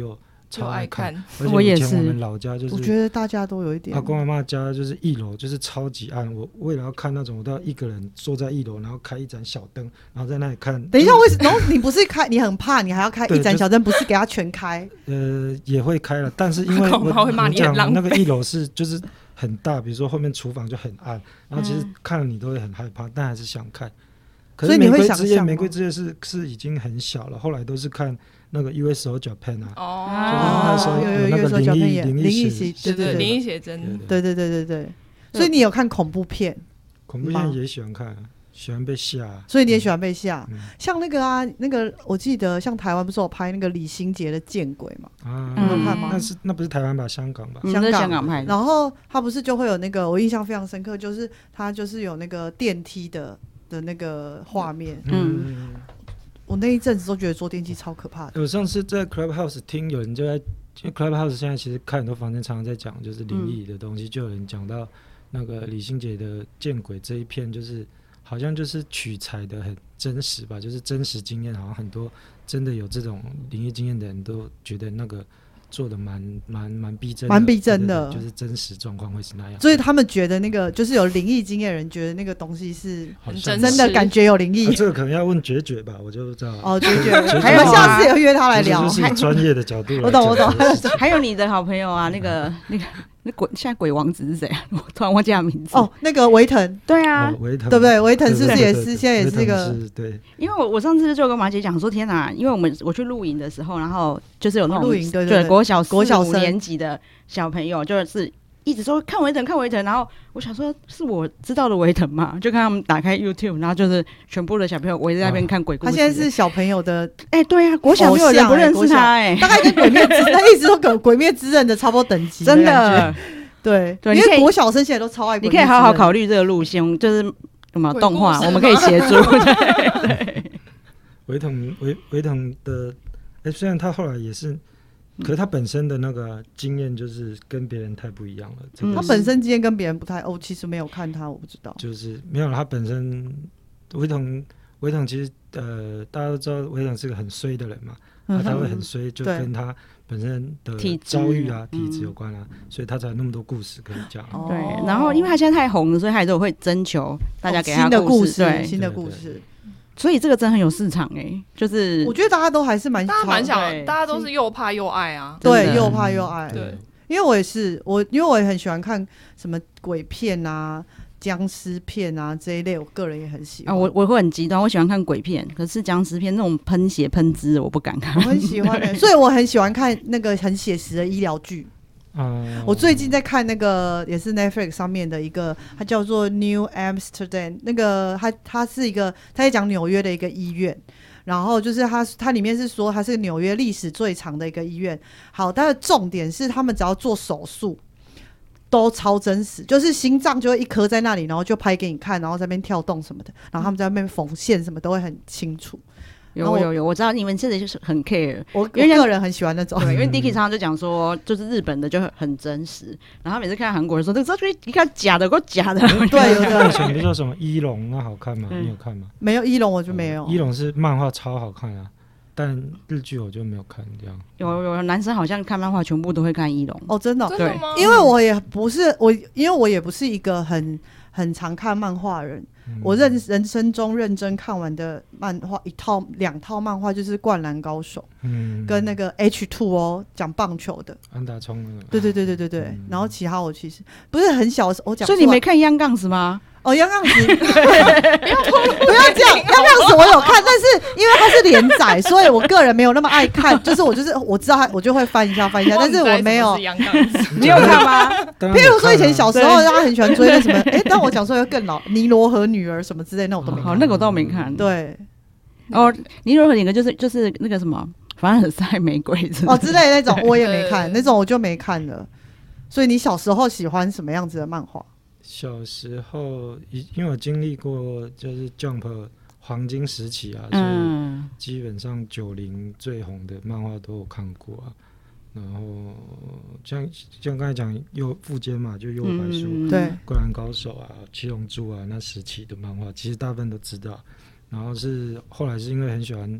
D: 超爱看，
C: 看
B: 我也是
D: 而且以前我们老家就是
A: 我觉得大家都有一点
D: 阿公阿嬷家就是一楼就是超级暗，我为了要看那种，我都要一个人坐在一楼，然后开一盏小灯，然后在那里看。
A: 等一下，为什么？然后你不是开，你很怕，你还要开
D: 对
A: 一盏小灯，不是给它全开？
D: 呃，也会开了，但是因为
C: 阿公阿嬷
D: 我
C: 会骂你
D: 我讲
C: 很浪费
D: 那个一楼是就是很大，比如说后面厨房就很暗，然后其实看了你都会很害怕，但还是想看。可是
A: 所以你会
D: 玫瑰之夜，
A: 想象吗
D: 玫瑰之夜是是已经很小了，后来都是看那个 U S O Japan 啊，
C: 哦，
D: 就是那时候
A: 有有
D: 那个
A: 有时候小
D: 灵异
A: 朋友灵异
D: 灵异
A: 系，
D: 写
A: 对对对
C: 灵异写真，
A: 对对对对对。所以你有看恐怖片，
D: 恐怖片也喜欢看啊，喜欢被吓啊。
A: 所以你也喜欢被吓。
D: 嗯
A: 像那个啊，那个我记得像台湾不是有拍那个李心洁的《见鬼》嘛？
D: 啊，
B: 嗯
A: 你有看吗
D: 那是那不是台湾吧？香港吧？
B: 嗯在
A: 香港
B: 香港拍的，
A: 然后他不是就会有那个，我印象非常深刻，就是他就是有那个电梯的的那个画面。
B: 嗯
A: 我那一阵子都觉得坐电梯超可怕的。
D: 我上次在 Clubhouse 听有人就在，因为 Clubhouse 现在其实开很多房间，常常在讲就是灵异的东西，就有人讲到那个李心洁的《见鬼》这一片，就是好像就是取材的很真实吧，就是真实经验，好像很多真的有这种灵异经验的人都觉得那个做的蛮蛮蛮逼真的，
A: 蛮逼真的
D: 对对对就是真实状况会是那样。
A: 所以他们觉得那个就是有灵异经验的人，觉得那个东西是
D: 好像
C: 真
A: 真的感觉有灵异
D: 啊。这个可能要问决绝吧，我就不知道。
A: 哦，觉觉，
B: 还有啊
A: 我们下次也约他来聊。
D: 就是以专业的角度来讲，
A: 我懂我懂
D: 就是
B: 还有你的好朋友啊，那个那个那鬼现在鬼王子是谁啊？我突然忘记他名字。
A: 哦，那个维腾，
B: 对啊
D: 哦，维腾
A: 对不对？维腾是不是也是
D: 对对对
A: 现在也是一
D: 维腾
A: 个
D: 是对，
B: 因为我我上次就跟马姐讲说，天哪，因为我们我去露营的时候，然后就是有那种
A: 哦露营对对对
B: 国小四五
A: 国小生
B: 年级的小朋友，就是一直说看维腾看维腾，然后我想说是我知道的维腾嘛，就看他们打开 YouTube， 然后就是全部的小朋友围在那边看鬼故事。
A: 他现在是小朋友的，
B: 哎、对啊，国小没有人不认识他哎、
A: 大概跟鬼灭之，他一直都跟鬼灭之刃的差不多等级，
B: 真的。
A: 对，
B: 对你可以
A: 因为国小生现在都超爱鬼灭之刃，
B: 你可以好好考虑这个路线，就是什么
C: 鬼
B: 动画，
C: 故事
B: 我们可以协助。对对，
D: 维腾维维腾的，哎，虽然他后来也是，可是他本身的那个经验就是跟别人太不一样了。这个
A: 他
D: 是
A: 本身经验跟别人不太，哦，其实没有看他，我不知道。
D: 就是没有了，他本身维腾维腾其实呃，大家都知道维腾是个很衰的人嘛，
A: 嗯
D: 他他会很衰，就
A: 对
D: 跟他本身的
B: 体质
D: 遭遇啊、体质
B: 嗯
D: 有关啊，所以他才有那么多故事可以讲。
A: 哦
B: 对，然后因为他现在太红了，所以他也都会征求大家给他
A: 新的故
B: 事，对，
A: 新的
D: 对对
A: 故事，
B: 所以这个真的很有市场哎、就是
A: 我觉得大家都还是蛮
C: 大家蛮想
B: 对，
C: 大家都是又怕又爱啊。
B: 真的
A: 对又怕又爱，
C: 对
A: 因为我也是我，因为我也很喜欢看什么鬼片啊、僵尸片啊这一类，我个人也很喜欢。
B: 啊，我我会很极端，我喜欢看鬼片，可是僵尸片那种喷血喷汁的我不敢看。
A: 我很喜欢、欸，所以我很喜欢看那个很写实的医疗剧。
D: 啊，
A: 我最近在看那个也是 Netflix 上面的一个，它叫做 New Amsterdam， 那个它它是一个，它在讲纽约的一个医院，然后就是它它里面是说它是纽约历史最长的一个医院。好，它的重点是他们只要做手术都超真实，就是心脏就会一颗在那里，然后就拍给你看，然后在那边跳动什么的，然后他们在那边缝线什么都会很清楚。然后我
B: 有有有，我知道你们现在就是很 care，
A: 我我
B: 因为
A: 个人很喜欢那种，
B: 对，因为 Dicky 常常就讲说，就是日本的就很真实，然后他每次看韩国人说，这这就一看假的，够假的。
A: 对，有的
D: 那以前不是说什么一龙那好看吗？
B: 嗯
D: 你有看吗？
A: 没有一龙我就没有。
D: 一龙是漫画超好看啊，但日剧我就没有看这样。
B: 有有男生好像看漫画全部都会看一龙，
A: 哦，真的哦、
C: 真的吗？
A: 因为我也不是我，因为我也不是一个很很常看漫画的人。
D: 嗯
A: 我认人生中认真看完的漫画一套两套漫画就是《灌篮高手》
D: 嗯
A: 跟那个 H 二 哦，讲棒球的。
D: 安达充那个，
A: 对对对对对对。
D: 嗯
A: 然后其他我其实不是很小的时候，我讲
B: 所以你
A: 错了
B: 没看央杠子吗？
A: 哦，央杠子，不要不要这样，央杠子我有看，但是因为它是连载，所以我个人没有那么爱看。就是我就是我知道它，我就会翻一下翻一下，但是我没有。
C: 阳刚子
B: 你有看吗？
D: 当然
A: 譬如说以前
D: 有看啊
A: 小时候，大家很喜欢追那什么，哎，当我讲说又更老，尼罗河女儿什么之类，那我都没
B: 好，
A: 看。
B: 那个我倒没看。，
A: 对，
B: 哦，尼罗河两个就是就是那个什么凡尔赛玫瑰之类的
A: 哦之类的那种我也没看，
C: 对
A: 那种我就没看了。所以你小时候喜欢什么样子的漫画？
D: 小时候，因因为我经历过就是 Jump 黄金时期啊，所以
B: 嗯，
D: 基本上九零最红的漫画都有看过啊。然后像像刚才讲右富坚嘛，就右白书、
B: 嗯
A: 对，
D: 灌篮高手啊、七龙珠啊那时期的漫画，其实大部分都知道。然后是后来是因为很喜欢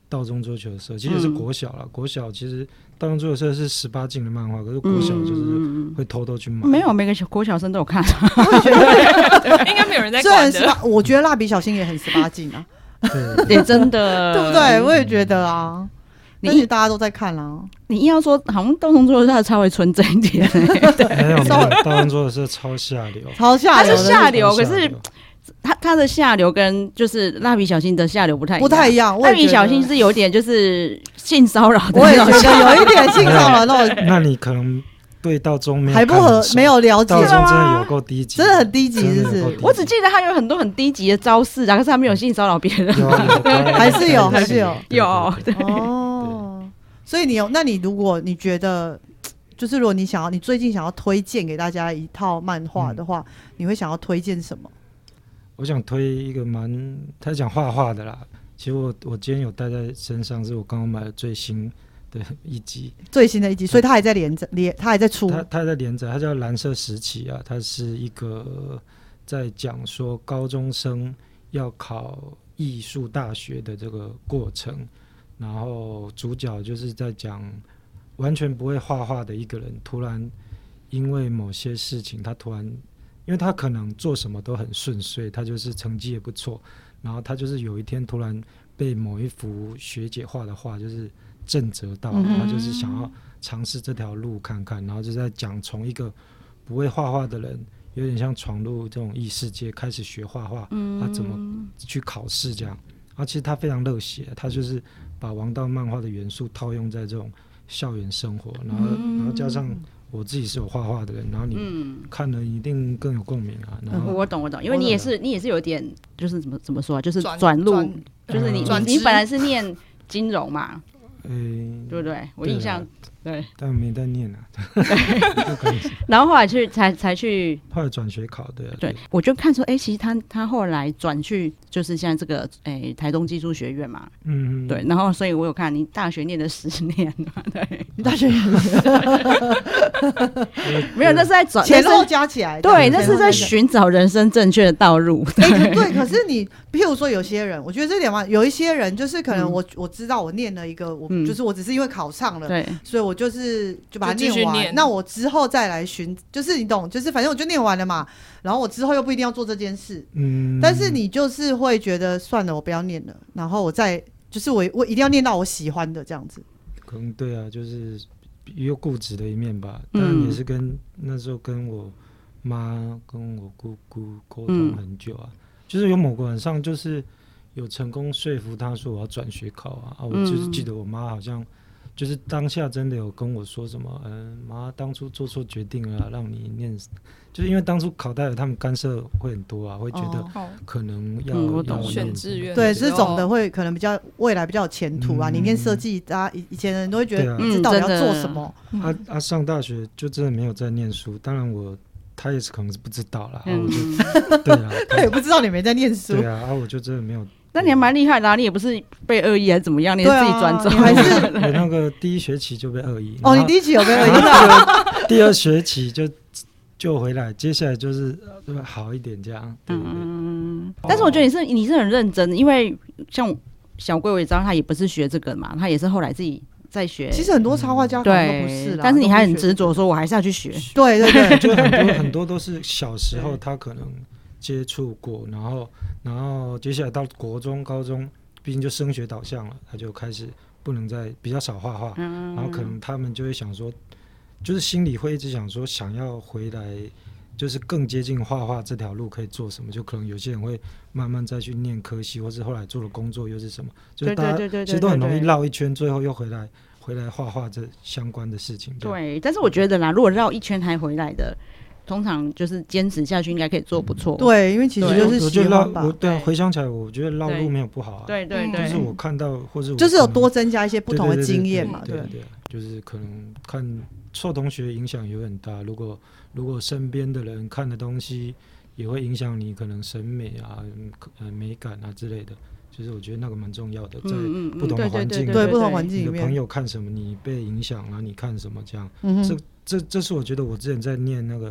D: 道中桌球社，其实是国小啦、嗯、国小其实道中桌球社是十八禁的漫画，可是国小就是会偷偷去买、嗯、
B: 没有每个国小生都有看
A: 我也觉得
C: 应该没有人在管的。
A: 我觉得蜡笔小新也很十八禁啊
B: 也、欸、真的
A: 对不对？我也觉得啊，你大家都在看啊。
B: 你硬要说好像道中桌球社稍微纯正一点、欸、
D: 没有没有道中桌球社超下流
A: 超下流，
B: 它是下流，可是他他的下流跟就是蜡笔小新的下流不太一样，
A: 不太一样。
B: 蜡笔小新是有点就是性骚扰的，
A: 我也觉得有一点性骚扰那种。
D: 那你可能对道中没有
A: 还不合没有了解，
D: 道中真的有够低级，
A: 真的很低级，是不是？
B: 我只记得他有很多很低级的招式啊，可是他没有性骚扰别人，
A: 还是有，还是有，
B: 有
A: 哦。所以你有，那你如果你觉得，就是如果你想要，你最近想要推荐给大家一套漫画的话，嗯、你会想要推荐什么？
D: 我想推一个蛮，他讲画画的啦。其实我我今天有带在身上，是我刚刚买的最新的一集，
A: 最新的一集，所以他还在连着，连他还在出，
D: 他他还在连着，他叫蓝色时期啊，他是一个在讲说高中生要考艺术大学的这个过程，然后主角就是在讲完全不会画画的一个人，突然因为某些事情，他突然。因为他可能做什么都很顺遂，他就是成绩也不错，然后他就是有一天突然被某一幅学姐画的画就是震慑到，嗯、他就是想要尝试这条路看看，然后就在讲从一个不会画画的人，有点像闯入这种异世界开始学画画，嗯、他怎么去考试这样。然后其实他非常热血，他就是把王道漫画的元素套用在这种校园生活，然后然后加上。我自己是有画画的人，然后你看了一定更有共鸣啊。然后
B: 嗯、我懂我懂，因为你也是你也是有点就是怎么怎么说啊，就是转路，就是你、嗯、你本来是念金融嘛，嗯、对不对？我印象 对,、啊、对，
D: 但没在念啊。
B: 然后后来去才才去，
D: 后来转学考对、啊、
B: 对，我就看说，哎、欸，其实他他后来转去就是现在这个哎、欸、台东技术学院嘛，嗯，对，然后所以我有看你大学念了十年嘛，对，
A: 你大学
B: 没有，那是在转
A: 前后加起来，
B: 对，那是在寻找人生正确的道路。
A: 对、欸、对，可是你譬如说有些人，我觉得这点嘛，有一些人就是可能我、嗯、我知道我念了一个，我、嗯、就是我只是因为考上了，对，所以我就是就把它念完，念那我之后再来寻，就是你懂，就是反正我就念完了嘛，然后我之后又不一定要做这件事，嗯，但是你就是会觉得算了，我不要念了，然后我再就是我我一定要念到我喜欢的这样子。
D: 可能对啊，就是也有固执的一面吧，但也是跟、嗯、那时候跟我妈跟我姑姑沟通很久啊、嗯，就是有某个晚上就是有成功说服她说我要转学考啊，啊我就是记得我妈好像就是当下真的有跟我说什么，嗯，妈当初做错决定了、啊，让你念，就是因为当初考大学他们干涉会很多啊，会觉得可能要、哦、
C: 要选志愿，
A: 对，这种的会可能比较未来比较有前途啊。嗯、你念设计，大家以前的人都会觉得你知道你要做什么。
D: 嗯、啊啊，上大学就真的没有在念书，当然我他也是可能是不知道啦，嗯、啊、我就对啊，
A: 他也不知道你没在念书，
D: 对啊，啊我就真的没有。
B: 那你还蛮厉害的、啊，你也不是被恶意还是怎么样，你是自己转走，
A: 你还是
D: 我那个第一学期就被恶意。
A: 哦，你第一期有被恶意，
D: 第二学期就就回来，接下来就是好一点这样。对对对
B: 嗯，但是我觉得你是你是很认真，因为像小龟我也知道他也不是学这个嘛，他也是后来自己在学。
A: 其实很多插画家可能都不是啦，
B: 但是你还很执着说，我还是要去学。
A: 对对对，
D: 就很多很多都是小时候他可能接触过，然后然后接下来到国中、高中，毕竟就升学导向了，他就开始不能再比较少画画、嗯，然后可能他们就会想说，就是心里会一直想说，想要回来，就是更接近画画这条路可以做什么，就可能有些人会慢慢再去念科系，或是后来做的工作又是什么，就是大家其实都很容易绕一圈，最后又回来回来画画这相关的事情。
B: 对，但是我觉得啦，如果绕一圈还回来的。通常就是坚持下去，应该可以做不错。
A: 对，因为其实就是喜欢吧。
D: 我对啊，回想起来，我觉得绕路没有不好啊。
B: 对对对，
D: 就是我看到或者
A: 就是有多增加一些不同的经验嘛。
D: 对对 对, 对, 对, 对, 对，就是可能看受同学影响也很大。如果如果身边的人看的东西也会影响你，可能审美啊、呃美感啊之类的。就是我觉得那个蛮重要的，在不同的环境，
A: 对不同环境里面，
D: 你的朋友看什么，你被影响，然后你看什么，这样，嗯、这这这是我觉得我之前在念那个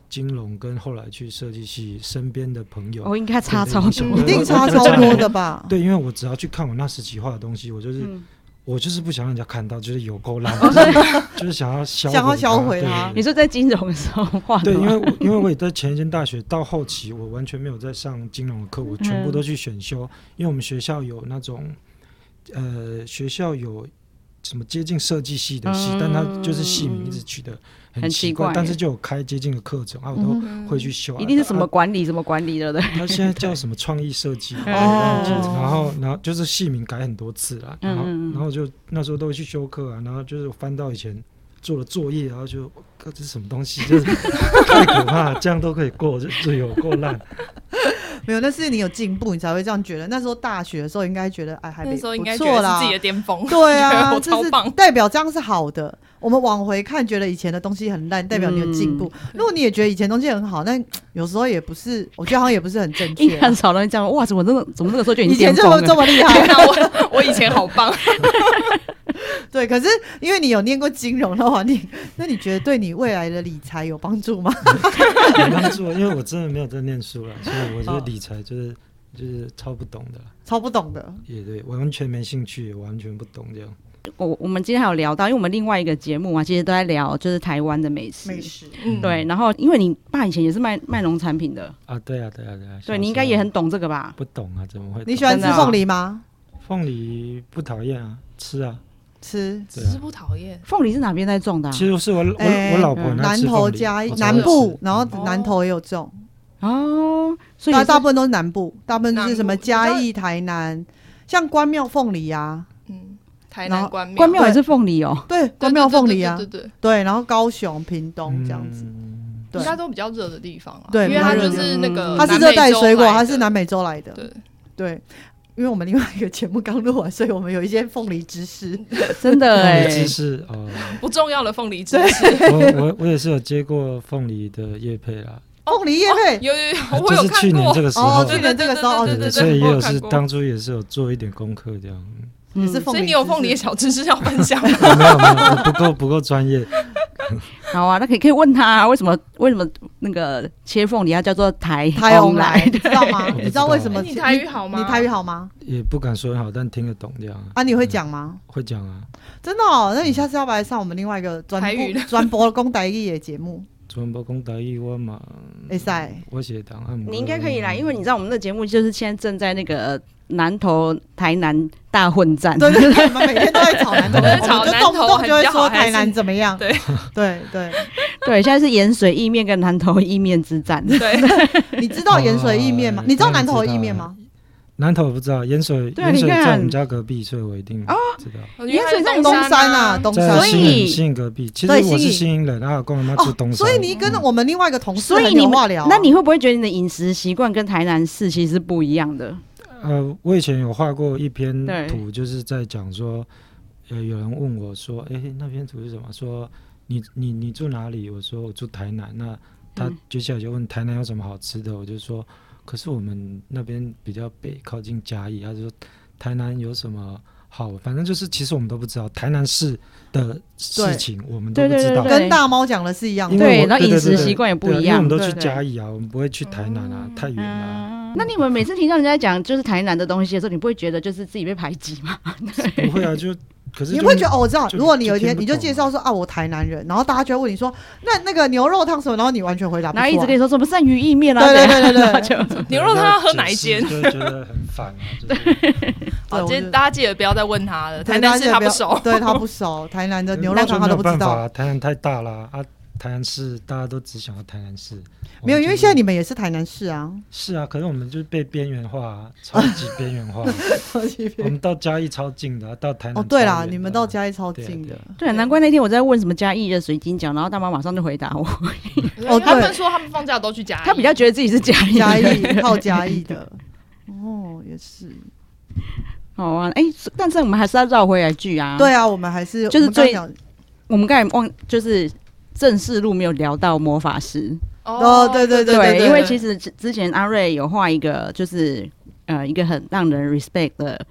D: 金融跟后来去设计系身边的朋友，
B: 哦，应该差超多，
A: 一定差超多的吧？
D: 对，因为我只要去看我那时期画的东西，我就是、嗯、我就是不想让人家看到，就是有够烂，就是想要销
A: 想要销毁它。
B: 你说在金融的时候画的？
D: 对，因为我因为我也在前一间大学到后期，我完全没有在上金融的课，我全部都去选修，嗯、因为我们学校有那种呃学校有。什么接近设计系的系、嗯，但他就是系名一直取得很奇怪，但是就有开接近的课程啊，我都会去修、啊。
B: 一定是什么管理、啊、什么管理的，对。
D: 他现在叫什么创意设计，哦，然后然后就是系名改很多次啦，然后、嗯、然后就那时候都会去修课啊，然后就是翻到以前做的作业，然后就这是什么东西，就是太可怕了，这样都可以过，就就有够烂。
A: 没有，那是你有进步，你才会这样觉得。那时候大学的时候，应该觉得哎，还不错啦，
C: 那时候应该觉得是自己的巅峰。
A: 对啊，
C: 我超棒，
A: 代表这样是好的。我们往回看，觉得以前的东西很烂，代表你有进步。嗯、如果你也觉得以前东西很好，那有时候也不是，我觉得好像也不是很正确、啊。
B: 很少人这样，哇，怎么这么怎么那个时候就已经
A: 以前这么这么厉害？
C: 我我以前好棒。
A: 对，可是因为你有念过金融的话，你那你觉得对你未来的理财有帮助吗？
D: 有帮助，因为我真的没有在念书了，所以我觉得理财就是、哦、就是超不懂的，
A: 超不懂的，
D: 也对，我完全没兴趣，完全不懂这样。
B: 我我们今天还有聊到，因为我们另外一个节目啊，其实都在聊就是台湾的美食，
A: 美食，
B: 嗯，对。然后因为你爸以前也是卖卖农产品的
D: 啊，对啊，对啊，对啊，
B: 对你应该也很懂这个吧？
D: 不懂啊，怎么会懂？
A: 你喜欢吃凤梨吗？
D: 凤梨不讨厌啊，吃啊。
A: 吃
C: 只是不讨厌。
B: 凤梨是哪边在种的、啊？
D: 其实是我我、欸、我老婆
A: 南投嘉义南部，然后南投也有种
B: 哦，所以
A: 大部分都是南部，大部分就是什么嘉义、台南，像关庙凤梨啊，
C: 嗯，台南关庙
B: 关庙也是凤梨哦，
A: 对，关庙凤梨啊，
C: 对对对
A: 对，然后高雄、屏东这样子，
C: 嗯、应该都比较热的地方啊，
A: 对，
C: 因为它就是那个
A: 它是热带水果，它是南美洲来的，
C: 对
A: 对。因为我们另外一个节目刚录完，所以我们有一些凤梨知识，
B: 真的哎、欸，
D: 知识哦，
C: 不重要的凤梨知识。
D: 我我我也是有接过凤梨的业配啦，
A: 凤梨业配、
C: 哦、有有有，
D: 我有看过，就是去年这个时候，
A: 哦，去年这个时候，
D: 对对对，所以也有是当初也是有做一点功课这样。
A: 嗯，是
C: 所以你有凤梨的小知识要分享吗？
D: 没有没有，不够不够专业。
B: 好啊，那可以可以问他、啊、为什么为什么那个切凤梨它叫做台
A: 台红来，你知道吗？你知道为什么？
C: 你台语好吗？
A: 你台语好吗？
D: 也不敢说很好，但听得懂这样
A: 啊。你会讲吗？
D: 嗯、会讲啊。
A: 真的哦，那你下次要不要来上我们另外一个专专播讲台语的节目？
D: 专播讲台语我嘛，
A: 会使。
D: 我写档案。
B: 你应该可以来，因为你知道我们的节目就是现在正在那个南投台南大混战。
A: 对对对，我们每天都在吵南投，
C: 吵南投，
A: 动不动就会说台南怎么样。
C: 对
A: 对对
B: 对，现在是盐水意面跟南投意面之战。
C: 对，
A: 你知道盐水意面吗？你知道南投的意面吗？
D: 南投不知道，盐水盐水在我们家隔壁，所以我一定知道。
B: 盐水在
A: 东山啊，东山，
B: 所以
D: 新营隔壁。其实我是新营人，然后跟我妈住东山，
A: 所以你跟我们另外一个同事很有话聊。
B: 那你会不会觉得你的饮食习惯跟台南市其实是不一样的？
D: 呃，我以前有画过一篇图，就是在讲说，呃，有人问我说，哎、欸，那篇图是什么？说你你你住哪里？我说我住台南。那他接下来就问台南有什么好吃的？我就说。可是我们那边比较北，靠近嘉义，他就说台南有什么好，反正就是其实我们都不知道台南市的事情，我们都不知道。
B: 对对对对，
A: 跟大猫讲的是一样的。
B: 对，然后饮食习惯也不一样。
D: 因为我们都去嘉义啊，我们不会去台南啊，太远了、啊。
B: 那你们每次听到人家讲就是台南的东西的时候，你不会觉得就是自己被排挤吗？
D: 不会啊，就。可是
A: 你会觉得哦，我知道，如果你有一天你就介绍说啊，我台南人，然后大家就会问你说，那那个牛肉汤什么，然后你完全回答不出来，
B: 然后一直跟你说什么鳝鱼意面啊，
A: 对对对对对，
C: 牛肉汤要喝哪一间？
D: 就觉得很烦啊。
C: 好，今天大家记得不要再问他了，台南市他不熟，
A: 对他不熟，台南的牛肉汤他都不知道。
D: 台南太大了啊。台南市大家都只想要台南市，
A: 没有，因为现在你们也是台南市啊。
D: 是啊，可是我们就是被边缘化、啊，超级边缘化。超级边缘。我们到嘉义超近的，到台南。
A: 哦，对啦，你们到嘉义超近的。
B: 对，难怪那天我在问什么嘉义的水晶饺，然后大妈马上就回答我。
C: 哦，他们说他们放假都去嘉义，
B: 他比较觉得自己是嘉义，
A: 嘉义靠嘉义的。哦，也是。
B: 好啊，哎、欸，但是我们还是要绕回来句啊。
A: 对啊，我们还是
B: 就是最，我们刚才忘就是。正式路没有聊到魔法师
A: 哦，对对对 对, 对,
B: 对，因为其实之前阿瑞有画一个，就是呃一个很让人 respect 的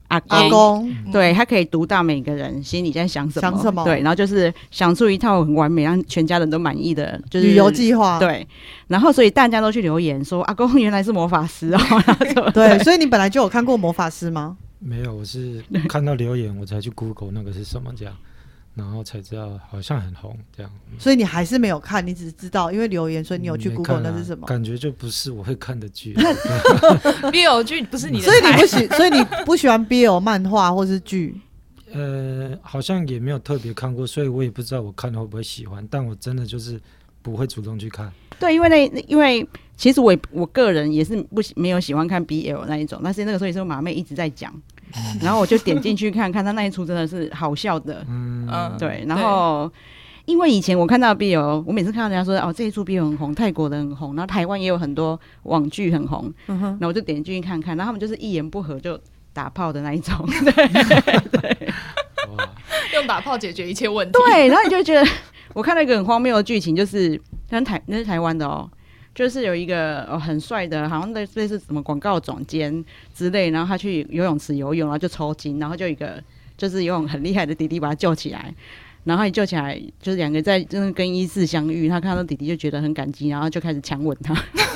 B: 阿公，
A: 阿公
B: 对，他可以读到每个人心里在想什么，
A: 想什么
B: 对，然后就是想出一套很完美让全家人都满意的，就是
A: 旅游计划。
B: 对，然后所以大家都去留言说阿公原来是魔法师哦，然后什么
A: 对，所以你本来就有看过魔法师吗？
D: 没有，我是看到留言我才去 Google 那个是什么这样，然后才知道好像很红这样。
A: 所以你还是没有看，你只知道因为留言，所以你有去 Google
D: 没看啊
A: 那是什么？
D: 感觉就不是我会看的剧。
C: B L 剧不是你的
A: 所以你
C: 菜
A: 不喜，所以你不喜欢 B L 漫画或是剧？
D: 呃，好像也没有特别看过，所以我也不知道我看了会不会喜欢。但我真的就是不会主动去看。
B: 对，因为那因为其实我我个人也是不喜没有喜欢看 B L 那一种，但是那个时候也是我马妹一直在讲，
A: 嗯
B: 然后我就点进去看看，他那一出真的是好笑的，
D: 嗯，
C: 嗯
B: 对，然后。因为以前我看到 B L， 我每次看到人家说哦这一出 B L 很红，泰国的很红，然后台湾也有很多网剧很红，
A: 嗯哼，
B: 然后我就点进去看看，然后他们就是一言不合就打炮的那一种，对对
D: 哇，
C: 用打炮解决一切问题。
B: 对，然后你就觉得我看到一个很荒谬的剧情，就是那台那是台湾的哦。就是有一个、哦、很帅的，好像类类似什么广告总监之类，然后他去游泳池游泳，然后就抽筋，然后就有一个就是游泳很厉害的弟弟把他救起来，然后一救起来，就是两个在就是更衣室相遇，他看到弟弟就觉得很感激，然后就开始强吻他。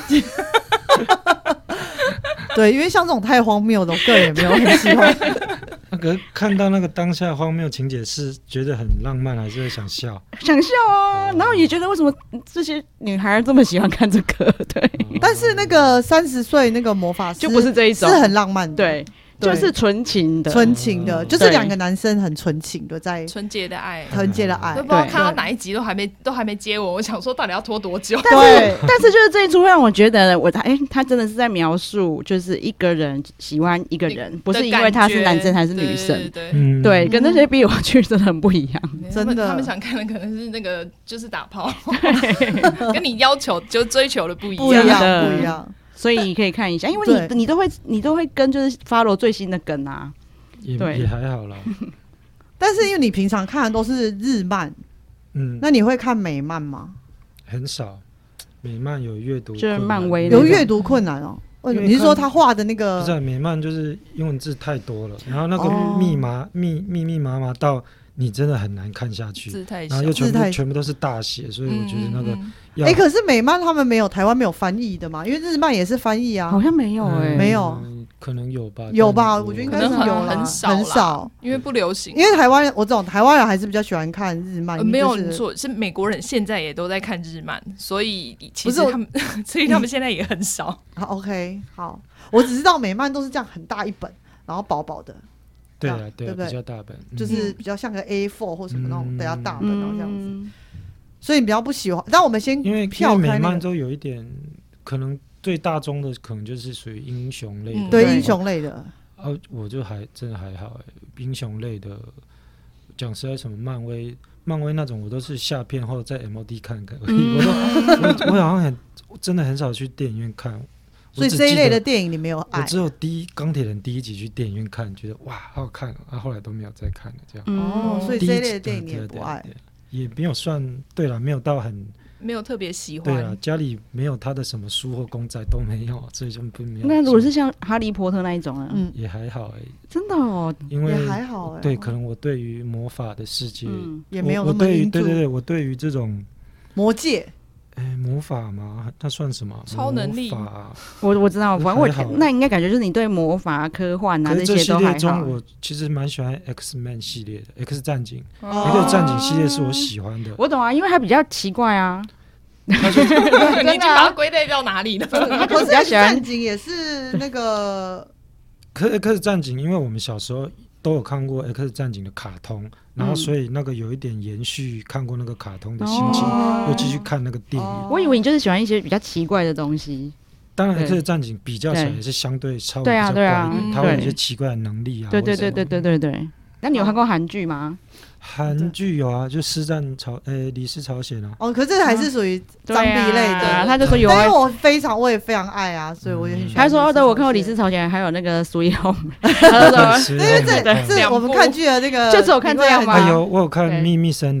A: 对，因为像这种太荒谬的，我个人也没有很喜欢。
D: 那个看到那个当下荒谬情节是觉得很浪漫，还是会想笑？
B: 想笑啊，然后也觉得为什么这些女孩这么喜欢看这个？对，
A: 但是那个三十岁那个魔法师
B: 就不是这一种，
A: 是很浪漫的，
B: 对，就是纯情的，
A: 纯情的，
D: 嗯
A: 就是两个男生很纯情的在
C: 纯洁的爱，
A: 纯洁的爱
C: 都。不知道
B: 对
C: 看到哪一集都还没都还没接我，我想说到底要拖多久？
A: 对，
B: 但是就是这一出让我觉得我哎、他真的是在描述，就是一个人喜欢一个人，不是因为他是男生还是女生，
C: 对对对
D: 嗯，
B: 对，跟那些 B L 剧真的很不一样。
C: 对
A: 真的
C: 他们他们想看的可能是那个就是打炮，跟你要求就追求的不一样。
A: 不一样，
B: 真的
A: 不一样。
B: 所以你可以看一下，因为
A: 对
B: 你你都会你都会跟就是 follow 最新的梗啊，
D: 也
B: 对
D: 也还好啦。
A: 但是因为你平常看的都是日漫，
D: 嗯，
A: 那你会看美漫吗？
D: 很少。美漫有阅读
B: 就是
D: 困难，
B: 漫威的
A: 有阅读困难哦。为什么？
D: 因为
A: 你是说他画的那
D: 不是
A: 个？
D: 啊美漫就是英文字太多了，然后那个
A: 哦
D: 密码密密密麻麻到你真的很难看下去，
C: 字太小
D: 然后，又全
A: 字太
D: 部全部都是大写，所以我觉得那个
C: 嗯嗯
D: 要
A: 哎，可是美漫他们没有台湾没有翻译的嘛？因为日漫也是翻译啊
B: 好。像没有哎、
D: 嗯
A: 没有
D: 可能有吧，
A: 有吧？
D: 但
A: 我觉得应
C: 可能很
A: 该是有啦，
C: 很少啦
A: 很少。
C: 因为不流行，
A: 因为台湾，我这种台湾人还是比较喜欢看日漫。
C: 呃没有
A: 就是
C: 你说是美国人现在也都在看日漫，所以其
A: 不是我
C: 实他们所以他们现在也很少。
A: 好 OK， 好，我只知道美漫都是这样很大一本，然后薄薄的，
D: 对啊对啊
A: 对不对
D: 比较大本，嗯
A: 就是比较像个 A 四 或什么那种比较大本，然后这样子。
B: 嗯，
A: 所以你比较不喜欢。但我们先
D: 因为因为
A: 跳开那个
D: 美漫都有一点可能最大宗的可能就是属于英雄类的，
C: 嗯
B: 对
A: 对英雄类的，
D: 哦，我就还真的还好哎，英雄类的，讲实在什么漫威，漫威那种我都是下片后在 M O D 看看而已，
B: 嗯
D: 我都我我好像很真的很少去电影院看，
A: 所以这一类的电影你没有
D: 我
A: 爱
D: 只有第一钢铁人第一集去电影院看，觉得哇好好看、哦，啊后来都没有再看了这样。
A: 哦，所以
D: 第一集
A: 这一类的电影你也
D: 对
A: 不爱。
D: 对对对也没有算对了，没有到很
C: 没有特别喜
D: 对了，
C: 欢，
D: 家里没有他的什么书或公仔都没有，所以就不没有。
B: 那如果是像哈利波特那一种呢？
A: 嗯，
D: 也还好哎、
B: 真的哦，
D: 因为
A: 也还好哎。
D: 对，可能我对于魔法的世界，
B: 嗯，
D: 我我
A: 也没有那么
D: 对于
A: into
D: 对对对，我对于这种
A: 魔戒
D: 哎魔法嘛，它算什么？
C: 超能力
D: 魔法，
B: 我我知道，反正
D: 还好
B: 我那应该感觉就是你对魔法、科幻啊
D: 可是这系
B: 些都还好
D: 列中，。我其实蛮喜欢 X Man 系列的，X 战警
A: 哦
D: ，X 战警系列是我喜欢的。
B: 我懂啊，因为它比较奇怪啊。
C: 你已经把它归类到哪里了？
B: 他就
A: 可是
B: 是比较喜欢
A: 战警也是那个
D: 可 X 战警，因为我们小时候都有看过 X 战警的卡通，然后所以那个有一点延续看过那个卡通的心情，
B: 哦
D: 又继续看那个电影。
A: 哦
B: 我以为你就是喜欢一些比较奇怪的东西。
D: 当然
B: 对
D: ，X 战警比较起来
B: 对
D: 也是相对稍微
B: 对啊
D: 比较
B: 对啊
D: 怪一点，
C: 嗯
D: 它会有一
B: 对
D: 些奇怪的能力啊。
B: 对对
D: 或者
B: 对对对对对。那你有看过韩剧吗？
D: 韩剧有啊，就师战朝呃李氏朝鲜啊，
A: 哦，可是这还是属于
B: 对
A: 脏逼类
B: 啊
A: 的。
B: 他就说有啊
A: 但是。我非常我也非常爱啊，所以我也很喜欢。
B: 他说：“哦，对，我看过《李氏朝鲜》，还有那个《Sweet Home》。”他就说
D: 是
A: 因为这
B: 对
A: 这我们看剧的那个，
B: 就只有看这样吗
D: 还有我有看
B: 对
D: 《秘密森林》，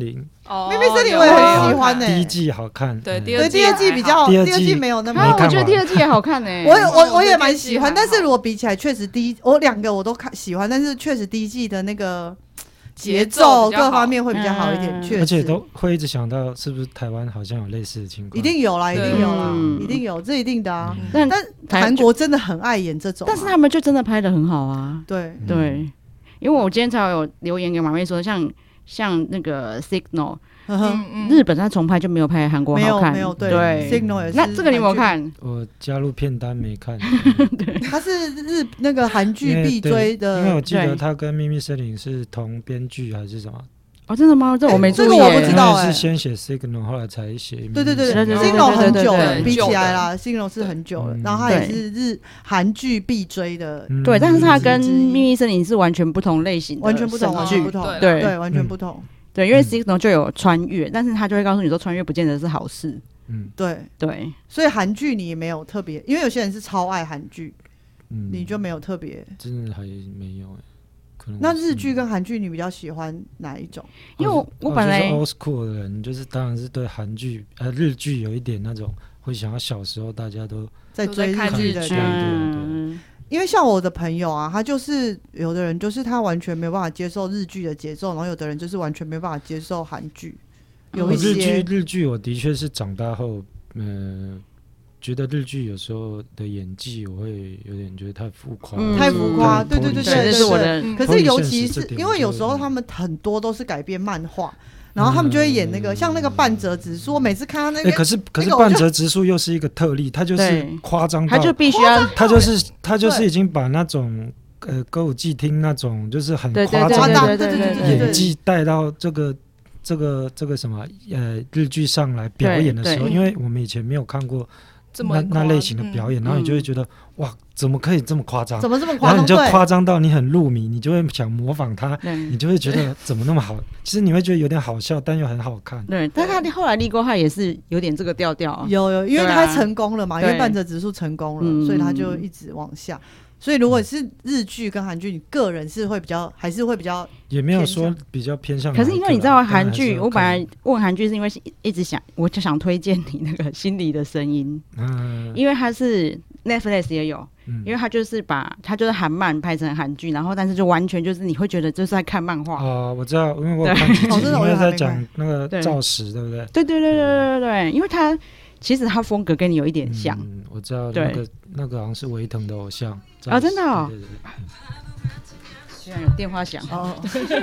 C: 哦，
A: 秘密森林我也很喜欢呢、
D: 第一季好看，
C: 对，
D: 嗯
C: 第二季
A: 第二季比较好，
D: 第二季
A: 第二季没有那么
B: 啊，
D: 没看完
B: 我觉得第二季也好看呢、
A: 我我我也蛮喜欢，
C: 我觉得第二季还好
A: 但是如果比起来，确实第一我两个我都看喜欢，但是确实第一季的那个节奏各方面会比较好一点，
B: 嗯
A: 确实，
D: 而且都会一直想到是不是台湾好像有类似的情况，
A: 一定有啦，一定有啦，
B: 嗯
A: 一定有，这一定的啊。
C: 嗯
B: 但
A: 但
B: 台
A: 韩国真的很爱演这种啊，
B: 但是他们就真的拍的很好啊。
A: 对，
D: 嗯
B: 对，因为我今天才有留言给马妹说，像像那个 Signal，
A: 呵呵
C: 嗯嗯
B: 日本他重拍就没有拍韩国
A: 没
B: 好看，
A: 有没有，对
B: 对。
A: ，Signal 也是。
B: 那这个你有没有？看？
D: 我加入片单没看，
A: 它是日那个韩剧必追的，
D: 因为我记得
B: 对
D: 他跟秘密森林是同编剧还是什么？
B: 哦，真的吗？这我没注意耶、
A: 这个我不知道
D: 因为
A: 欸
D: 是先写 Signal， 后来才写。
A: 对对对对
B: 对对对
A: ，Signal 很久
B: 对
A: 了，
C: 对
A: 比起来
C: 旧的
A: 啦，Signal 是很久了，
D: 嗯
A: 然后它也是日韩剧必追的，
D: 嗯
B: 对，但是它跟
A: 之一
B: 《秘密森林》是完全不同类型的
A: 完全不同，
B: 神剧
A: 完全不同，
C: 对
B: 对
A: 对，完全不同，
B: 对，因为
D: 嗯
B: Signal 就有穿越，但是他就会告诉你说穿越不见得是好事。
D: 嗯
A: 对，
B: 对，
A: 所以韩剧你也没有特别，因为有些人是超爱韩剧，
D: 嗯，
A: 你就没有特别。
D: 真的还没有哎，可能我
A: 那
D: 是
A: 日剧跟韩剧你比较喜欢哪一种？
B: 因为我我本来
D: 就是 old school 的人，就是当然是对韩剧呃日剧有一点那种会想要小时候大家都
A: 在追日剧的
C: 都在看日剧
A: 人，
B: 嗯，
A: 因为像我的朋友啊，他就是有的人就是他完全没有办法接受日剧的节奏，然后有的人就是完全没有办法接受韩剧，有一
D: 日剧
A: 些
D: 日剧我的确是长大后，呃，觉得日剧有时候的演技我会有点觉得太浮夸了，
B: 嗯
A: 太浮夸，对对对
B: 对，
A: 对，
B: 这是我的
C: 嗯
A: 可
D: 脱离
A: 是尤其
D: 现实这点
A: 是因为有时候他们很多都是改编漫画，然后他们就会演那个、
D: 嗯
A: 像那个半泽直树，我每次看他那
D: 哎、
A: 个，
D: 可是可是
A: 那个我就
D: 半泽直树又是一个特例，他就是
B: 对
D: 夸张到，
B: 他就必须要
D: 他就是他就是
A: 对
D: 已经把那种呃歌舞伎町那种就是很
B: 对对
D: 夸张
A: 张
B: 对对对
A: 对对对
B: 对
D: 演技带到这个这个这个什么呃日剧上来表演的时候，
B: 对对
D: 因为我们以前没有看过
C: 这么夸
D: 那那类型的表演，
B: 嗯
D: 然后你就会觉得哇，怎么可以这么夸张？
A: 怎么这么
D: 然后你？就
A: 夸张对，
D: 夸张到你很入迷，你就会想模仿他，你
B: 对
D: 就会觉得怎么那么好？其实你会觉得有点好笑，但又很好看。
B: 对，但他后来立沟他也是有点这个调调啊。
A: 有有，因为
B: 对啊
A: 他成功了嘛，因为
B: 对
A: 半泽直树成功了，
B: 嗯
A: 所以他就一直往下。所以如果是日剧跟韩剧，你个人是会比较，还是会比较
D: 也没有
A: 偏
D: 说比较偏向哪
B: 可
D: 一个啦。
B: 是因为你知道
D: 当然
B: 韩剧，
D: 还是要
B: 我本来
D: 看
B: 问韩剧是因为一直想，我就想推荐你那个心里的声音，
D: 嗯
B: 因为它是 Netflix 也有，
D: 嗯
B: 因为它就是把它就是韩漫拍成韩剧，然后但是就完全就是你会觉得就是在看漫画。
D: 哦，我知道，因为我有看几集，
A: 哦真的我
D: 因为在
A: 还没看
D: 讲那个
B: 对
D: 造时，对不对？
B: 对对对对对对对，因为它其实它风格跟你有一点像。
D: 嗯，我知道
B: 对
D: 那个那个好像是维腾的偶像
B: 啊真的哦
D: 对对对
B: 居然有电话响。
A: 哦，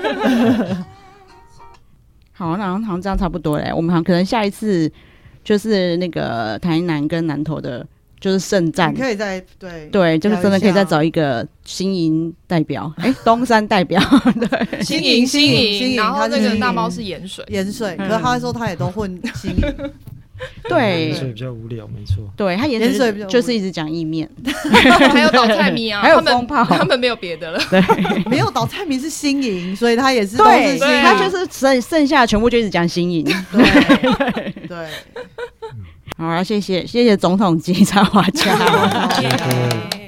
B: 好，那好像好像这样差不多嘞。我们好像可能下一次就是那个台南跟南投的，就是圣战
A: 你。可以再对
B: 对，就是真的可以再
A: 聊一下
B: 找一个新营代表，哎、东山代表，对，
C: 新营新
A: 新
C: 营，
A: 营
C: 然后那个
A: 他是新营
C: 大猫是盐水，
A: 盐水，
B: 嗯
A: 可是他说他也都混新营，
B: 对
D: 所以比较无聊，没错。
B: 对，他也
A: 盐水比较
B: 是就是一直讲意面，
C: 还有倒菜米啊，
B: 还有
C: 他们
B: 风炮
C: 他们没有别的了。
B: 对
A: 没有倒菜名是新营，所以他也是都是
B: 对，
A: 新营，
B: 他就是剩剩下的全部就一直讲新营。
A: 对对，
B: 好啊，谢谢谢谢总统级插画家。
A: 好
D: 谢谢各位
C: 耶